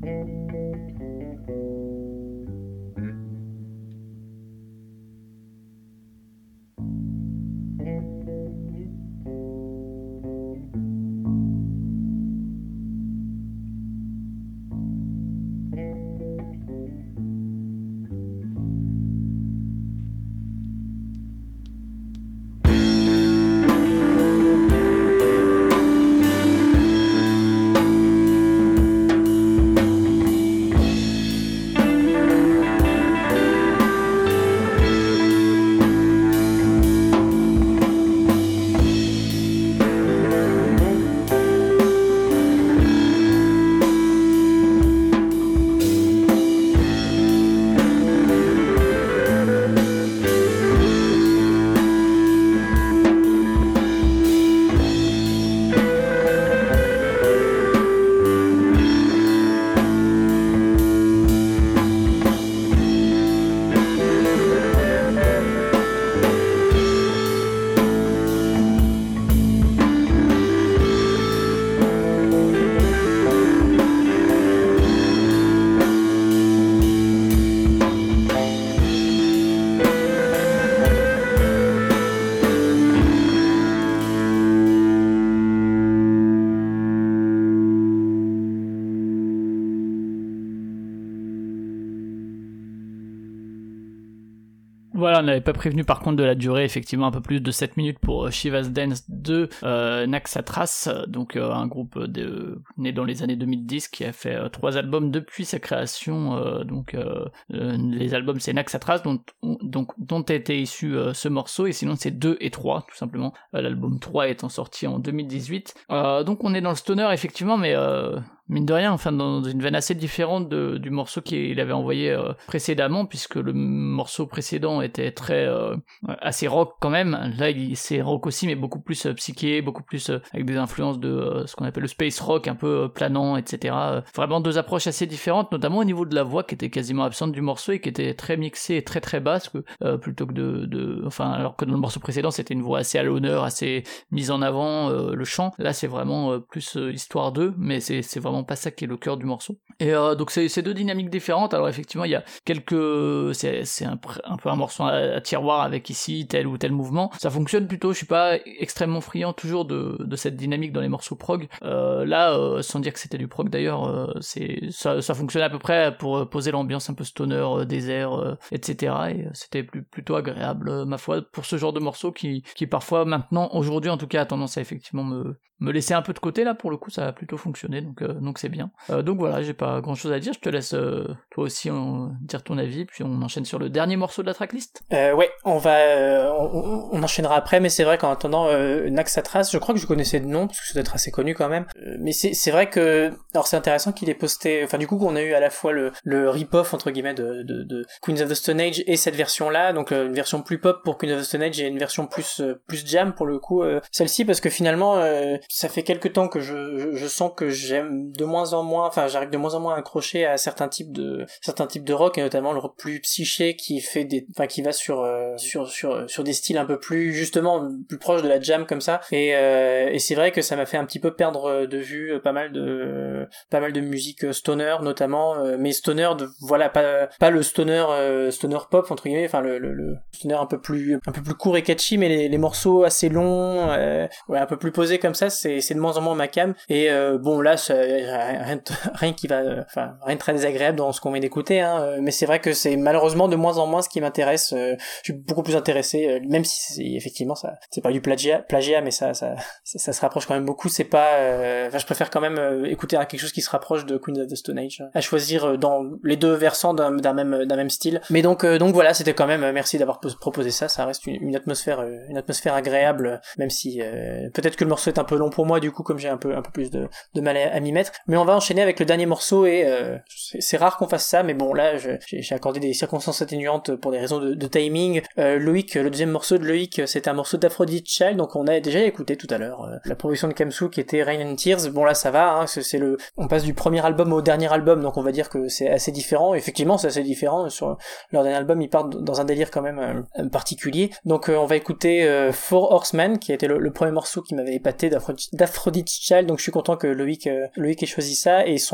Voilà, on n'avait pas prévenu par contre de la durée, effectivement un peu plus de sept minutes pour Shiva's Dance de euh, Naxatras, donc euh, un groupe de, né dans les années deux mille dix qui a fait euh, trois albums depuis sa création, euh, donc euh, euh, les albums c'est Naxatras dont, donc, dont a été issu euh, ce morceau, et sinon c'est deux et trois tout simplement, euh, l'album trois étant sorti en deux mille dix-huit, euh, donc on est dans le stoner effectivement, mais euh, mine de rien, enfin dans une veine assez différente de, du morceau qu'il avait envoyé euh, précédemment, puisque le morceau précédent était très euh, assez rock quand même. Là, il, c'est rock aussi, mais beaucoup plus euh, psyché, beaucoup plus euh, avec des influences de euh, ce qu'on appelle le space rock, un peu euh, planant, et cetera. Euh, vraiment deux approches assez différentes, notamment au niveau de la voix qui était quasiment absente du morceau et qui était très mixée et très très basse, que, euh, plutôt que de, de, enfin alors que dans le morceau précédent c'était une voix assez à l'honneur, assez mise en avant, euh, le chant. Là, c'est vraiment euh, plus euh, histoire d'eux, mais c'est c'est vraiment pas ça qui est le cœur du morceau. Et euh, donc c'est, c'est deux dynamiques différentes. Alors effectivement il y a quelques, c'est, c'est un, un peu un morceau à, à tiroir avec ici tel ou tel mouvement. Ça fonctionne plutôt. Je suis pas extrêmement friand toujours de, de cette dynamique dans les morceaux prog. Euh, là, euh, sans dire que c'était du prog d'ailleurs, euh, c'est ça, ça fonctionne à peu près pour poser l'ambiance un peu stoner, euh, désert, euh, et cetera. Et c'était plus, plutôt agréable, euh, ma foi, pour ce genre de morceau qui, qui parfois maintenant, aujourd'hui en tout cas, a tendance à effectivement me me laisser un peu de côté. Là pour le coup ça a plutôt fonctionné, donc euh, donc c'est bien. Euh, donc voilà, j'ai pas grand chose à dire, je te laisse euh, toi aussi euh, dire ton avis, puis on enchaîne sur le dernier morceau de la tracklist. Euh, ouais, on va euh, on, on enchaînera après, mais c'est vrai qu'en attendant euh, Naxatras, je crois que je connaissais de nom parce que ça doit être assez connu quand même. Euh, mais c'est c'est vrai que alors c'est intéressant qu'il ait posté, enfin du coup qu'on a eu à la fois le le rip-off entre guillemets de de, de Queens of the Stone Age et cette version là, donc euh, une version plus pop pour Queens of the Stone Age et une version plus euh, plus jam pour le coup euh, celle-ci, parce que finalement euh, ça fait quelques temps que je, je, je sens que j'aime de moins en moins, enfin j'arrive de moins en moins à accrocher à certains types de certains types de rock, et notamment le rock plus psyché qui fait des, enfin qui va sur euh, sur sur sur des styles un peu plus justement plus proches de la jam comme ça. Et euh, et c'est vrai que ça m'a fait un petit peu perdre de vue pas mal de pas mal de musique stoner notamment, euh, mais stoner de voilà pas pas le stoner euh, stoner pop entre guillemets, enfin le, le le stoner un peu plus un peu plus court et catchy, mais les, les morceaux assez longs, euh, ouais un peu plus posés comme ça, c'est c'est de moins en moins ma cam. Et euh, bon là ça, rien rien qui va enfin rien de très désagréable dans ce qu'on vient d'écouter, hein, mais c'est vrai que c'est malheureusement de moins en moins ce qui m'intéresse. Euh, je suis beaucoup plus intéressé, euh, même si c'est, effectivement ça c'est pas du plagiat plagiat mais ça ça ça, ça se rapproche quand même beaucoup. C'est pas euh, enfin je préfère quand même euh, écouter quelque chose qui se rapproche de Queen of the Stone Age, à choisir dans les deux versants d'un, d'un même d'un même style. Mais donc euh, donc voilà, c'était quand même, merci d'avoir proposé ça. Ça reste une, une atmosphère une atmosphère agréable, même si euh, peut-être que le morceau est un peu long pour moi du coup, comme j'ai un peu un peu plus de de mal à, à m'y mettre. Mais on va enchaîner avec le dernier morceau, et euh, c'est, c'est rare qu'on fasse ça, mais bon là je, j'ai, j'ai accordé des circonstances atténuantes pour des raisons de, de timing. Euh, Loïc, le deuxième morceau de Loïc, c'était un morceau d'Aphrodite Child, donc on a déjà écouté tout à l'heure euh, la proposition de Kamsu qui était Rain and Tears. Bon là ça va, hein, c'est, c'est le, on passe du premier album au dernier album, donc on va dire que c'est assez différent. Effectivement c'est assez différent, sur leur dernier album ils partent dans un délire quand même euh, particulier. Donc euh, on va écouter euh, Four Horsemen qui était le, le premier morceau qui m'avait épaté d'Aphrodite, d'Aphrodite Child, donc je suis content que Loïc, euh, Loïc ait choisi ça. Et son commentaire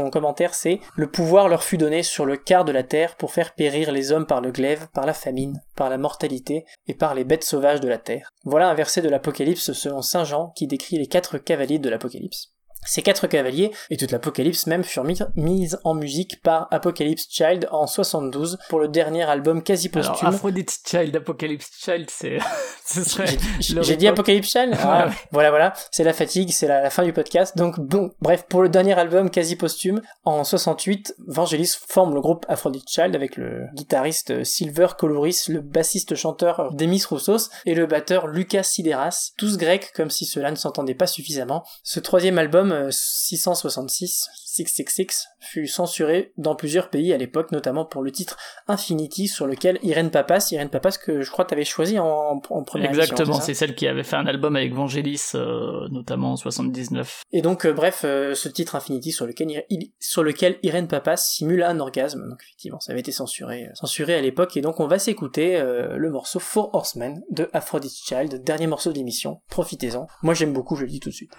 c'est « Le pouvoir leur fut donné sur le quart de la terre pour faire périr les hommes par le glaive, par la famine, par la mortalité et par les bêtes sauvages de la terre. » Voilà un verset de l'Apocalypse selon saint Jean qui décrit les quatre cavaliers de l'Apocalypse. Ces quatre cavaliers, et toute l'Apocalypse même, furent mis, mises en musique par Apocalypse Child en soixante-douze pour le dernier album quasi posthume. Alors, Aphrodite Child, Apocalypse Child, c'est... ce serait J'ai, j'ai dit Apocalypse Child ah, ouais. Voilà, voilà, c'est la fatigue, c'est la, la fin du podcast. Donc bon, bref, pour le dernier album quasi posthume, en soixante-huit, Vangelis forme le groupe Aphrodite Child avec le guitariste Silver Koulouris, le bassiste-chanteur Demis Roussos et le batteur Lucas Sideras, tous grecs comme si cela ne s'entendait pas suffisamment. Ce troisième album six cent soixante-six, six cent soixante-six, fut censuré dans plusieurs pays à l'époque, notamment pour le titre Infinity, sur lequel Irène Papas, Irène Papas que je crois t'avais choisi en, en première Exactement, édition, c'est, c'est celle qui avait fait un album avec Vangelis, euh, notamment en soixante-dix-neuf. Et donc, euh, bref, euh, ce titre Infinity sur lequel, il, sur lequel Irène Papas simule un orgasme, donc effectivement, ça avait été censuré, euh, censuré à l'époque, et donc on va s'écouter euh, le morceau Four Horsemen de Aphrodite Child, dernier morceau de l'émission, profitez-en. Moi j'aime beaucoup, je le dis tout de suite.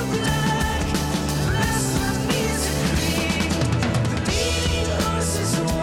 This is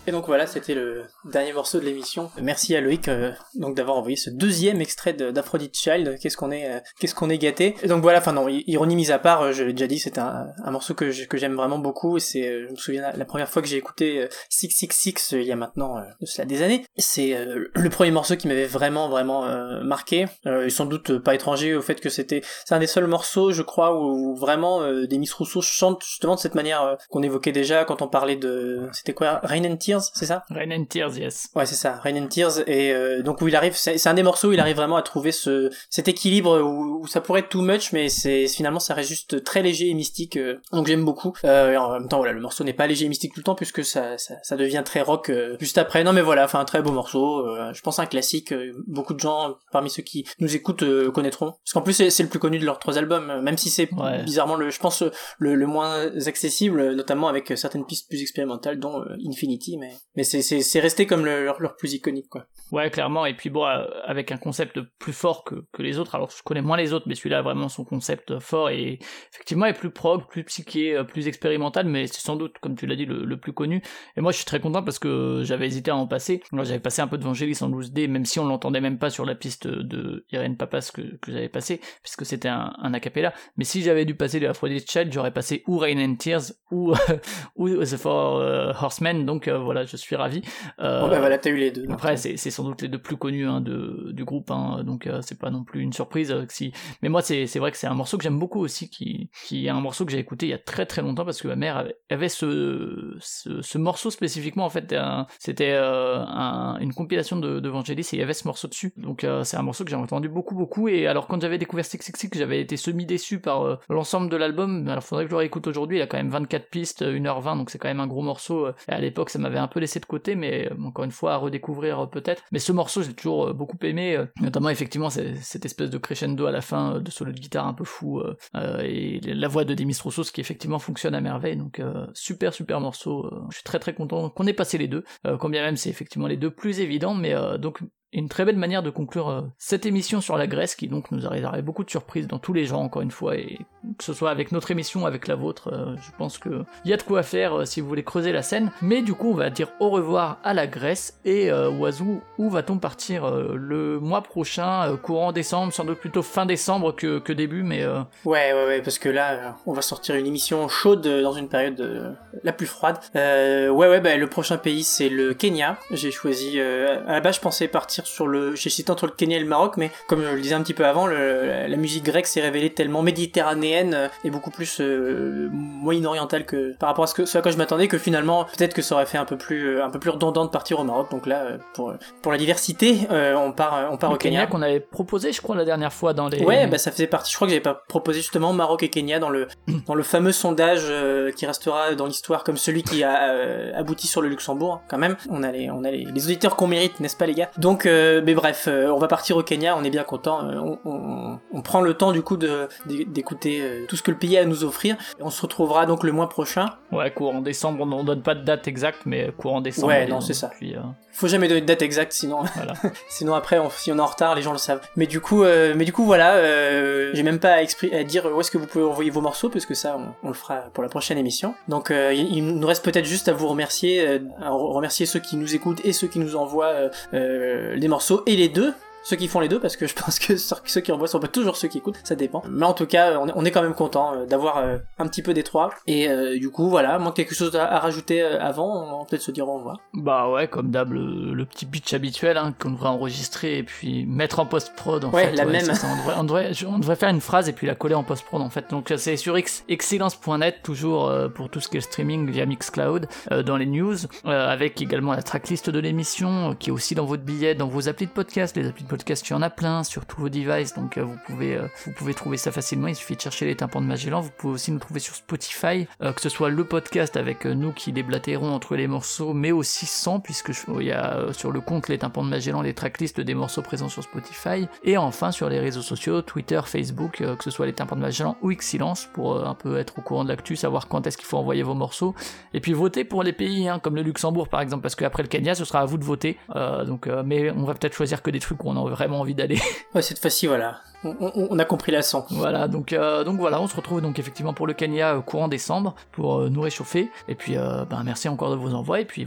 Et donc voilà, c'était le dernier morceau de l'émission. Merci à Loïc euh, donc d'avoir envoyé ce deuxième extrait de, d'Aphrodite Child. Qu'est-ce qu'on est, euh, qu'est-ce qu'on est gâté. Et donc voilà, enfin non, ironie mise à part, euh, je l'ai déjà dit, c'est un, un morceau que, je, que j'aime vraiment beaucoup. C'est, euh, je me souviens la, la première fois que j'ai écouté euh, six six six euh, il y a maintenant euh, de cela des années. C'est euh, le premier morceau qui m'avait vraiment vraiment euh, marqué. Euh, et sans doute pas étranger au fait que c'était, c'est un des seuls morceaux, je crois, où, où vraiment euh, Demis Roussos chante justement de cette manière euh, qu'on évoquait déjà quand on parlait de, c'était quoi, Rain and Tears, c'est ça? Rain and Tears, yes. Ouais, c'est ça, Rain and Tears. Et euh, donc où il arrive, c'est, c'est un des morceaux où il arrive vraiment à trouver ce cet équilibre où, où ça pourrait être too much, mais c'est finalement ça reste juste très léger et mystique. Euh, donc j'aime beaucoup. Euh, et en même temps, voilà, le morceau n'est pas léger et mystique tout le temps puisque ça ça, ça devient très rock euh, juste après. Non mais voilà, enfin un très beau morceau. Euh, je pense un classique. Euh, beaucoup de gens parmi ceux qui nous écoutent euh, connaîtront. Parce qu'en plus c'est, c'est le plus connu de leurs trois albums, même si c'est ouais. bizarrement le, je pense le, le moins accessible, notamment avec certaines pistes plus expérimentales, dont euh, Infinity. Mais mais c'est c'est c'est resté comme le, leur leur plus iconique quoi. Ouais, clairement. Et puis bon, euh, avec un concept plus fort que que les autres. Alors je connais moins les autres, mais celui-là a vraiment son concept fort et effectivement est plus prog, plus psyché, plus expérimental, mais c'est sans doute, comme tu l'as dit, le, le plus connu. Et moi je suis très content parce que j'avais hésité à en passer. Moi j'avais passé un peu de Vangelis en douze D, même si on l'entendait même pas sur la piste de Irene Papas que, que j'avais passé, puisque c'était un, un a cappella. Mais si j'avais dû passer de Aphrodite Child, j'aurais passé ou Rain and Tears ou, ou The Four uh, Horsemen, donc euh, voilà, je suis ravi. Euh, bon bah voilà, t'as eu les deux. Après c'est, c'est sans doute les deux plus connus hein, de, du groupe, hein, donc euh, c'est pas non plus une surprise. Euh, si... Mais moi c'est, c'est vrai que c'est un morceau que j'aime beaucoup aussi, qui, qui est un morceau que j'ai écouté il y a très très longtemps parce que ma mère avait, avait ce, ce, ce morceau spécifiquement, en fait un, c'était euh, un, une compilation de, de Vangelis et il y avait ce morceau dessus, donc euh, c'est un morceau que j'ai entendu beaucoup beaucoup. Et alors quand j'avais découvert six six six, j'avais été semi déçu par euh, l'ensemble de l'album. Alors faudrait que je le réécoute aujourd'hui, il a quand même vingt-quatre pistes, une heure vingt, donc c'est quand même un gros morceau. Et à l'époque ça m'avait un peu laissé de côté, mais euh, encore une fois à redécouvrir euh, peut-être. Mais ce morceau j'ai toujours euh, beaucoup aimé, euh, notamment effectivement c'est, cette espèce de crescendo à la fin euh, de solo de guitare un peu fou euh, euh, et la voix de Demis Roussos qui effectivement fonctionne à merveille. Donc euh, super super morceau, euh, je suis très très content qu'on ait passé les deux, euh, quand bien même c'est effectivement les deux plus évidents, mais euh, donc une très belle manière de conclure euh, cette émission sur la Grèce qui donc nous a réservé beaucoup de surprises dans tous les genres encore une fois, et que ce soit avec notre émission ou avec la vôtre, euh, je pense que il y a de quoi faire euh, si vous voulez creuser la scène. Mais du coup on va dire au revoir à la Grèce et euh, Oiseau, où va-t-on partir euh, le mois prochain, euh, courant décembre, sans doute plutôt fin décembre que, que début, mais euh... ouais ouais ouais parce que là euh, on va sortir une émission chaude dans une période euh, la plus froide. Euh, ouais ouais bah le prochain pays c'est le Kenya. J'ai choisi euh, à la base je pensais partir sur le, j'ai cité entre le Kenya et le Maroc, mais comme je le disais un petit peu avant, le, la musique grecque s'est révélée tellement méditerranéenne et beaucoup plus euh, moyen-orientale que par rapport à ce, que, ce à quoi je m'attendais, que finalement peut-être que ça aurait fait un peu plus un peu plus redondant de partir au Maroc. Donc là pour pour la diversité euh, on part on part le au Kenya. Kenya qu'on avait proposé je crois la dernière fois dans les ouais bah ça faisait partie, je crois que j'avais pas proposé justement Maroc et Kenya dans le dans le fameux sondage euh, qui restera dans l'histoire comme celui qui a euh, abouti sur le Luxembourg hein, quand même. On a les on a les, les auditeurs qu'on mérite, n'est-ce pas les gars? Donc euh, mais bref, euh, on va partir au Kenya, on est bien content, euh, on, on, on prend le temps du coup de, d'écouter euh, tout ce que le pays a à nous offrir. On se retrouvera donc le mois prochain. Ouais, courant décembre, on ne donne pas de date exacte, mais courant décembre. Ouais, non, c'est ça. Puis, euh... Faut jamais donner de date exacte, sinon, voilà. sinon après, on, si on est en retard, les gens le savent. Mais du coup, euh, mais du coup, voilà, euh, j'ai même pas à, expri- à dire où est-ce que vous pouvez envoyer vos morceaux, parce que ça, on, on le fera pour la prochaine émission. Donc, euh, il, il nous reste peut-être juste à vous remercier, euh, à remercier ceux qui nous écoutent et ceux qui nous envoient euh, euh, les morceaux, et les deux. Ceux qui font les deux, parce que je pense que ceux qui envoient sont pas toujours ceux qui écoutent, ça dépend. Mais en tout cas, on est, on est quand même content d'avoir euh, un petit peu des trois. Et euh, du coup, voilà, moins quelque chose à, à rajouter avant, on va peut-être se dire au revoir. Bah ouais, comme d'hab, le, le petit pitch habituel hein, qu'on devrait enregistrer et puis mettre en post-prod. En ouais, fait, la ouais, même. C'est ça, on, devrait, on, devrait, on devrait faire une phrase et puis la coller en post-prod en fait. Donc c'est sur x, excellence point net, toujours euh, pour tout ce qui est streaming via Mixcloud, euh, dans les news, euh, avec également la tracklist de l'émission, euh, qui est aussi dans votre billet, dans vos applis de podcast. Les applis de podcast, il y en a plein sur tous vos devices, donc euh, vous pouvez euh, vous pouvez trouver ça facilement, il suffit de chercher les tympans de Magellan. Vous pouvez aussi nous trouver sur Spotify, euh, que ce soit le podcast avec euh, nous qui déblatérons entre les morceaux, mais aussi sans, puisque je, il y a euh, sur le compte les tympans de Magellan les tracklists des morceaux présents sur Spotify, et enfin sur les réseaux sociaux, Twitter, Facebook, euh, que ce soit les tympans de Magellan ou Xsilence, pour euh, un peu être au courant de l'actu, savoir quand est-ce qu'il faut envoyer vos morceaux, et puis voter pour les pays, hein, comme le Luxembourg par exemple, parce qu'après le Kenya ce sera à vous de voter, euh, donc euh, mais on va peut-être choisir que des trucs où on a vraiment envie d'aller. Ouais, cette fois-ci, voilà. On, on, on a compris la leçon. Voilà, donc, euh, donc voilà, on se retrouve donc effectivement pour le Kenya euh, courant décembre, pour euh, nous réchauffer. Et puis, euh, ben, merci encore de vos envois, et puis voilà.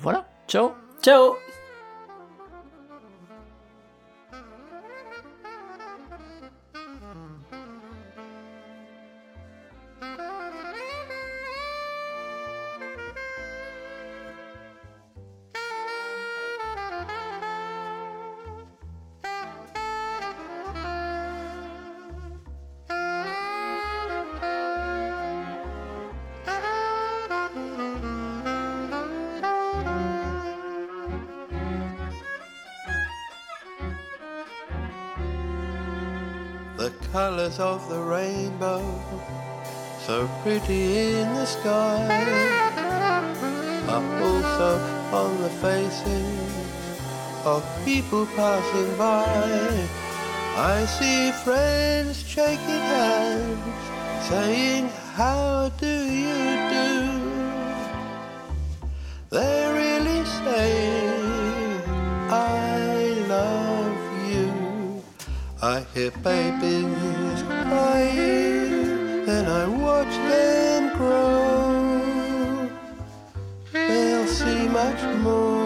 Ciao. Ciao. The colors of the rainbow, so pretty in the sky, are also on the faces of people passing by. I see friends shaking hands, saying, how do you do? They're really saying, I love you. I hear babies crying, then I watch them grow. They'll see much more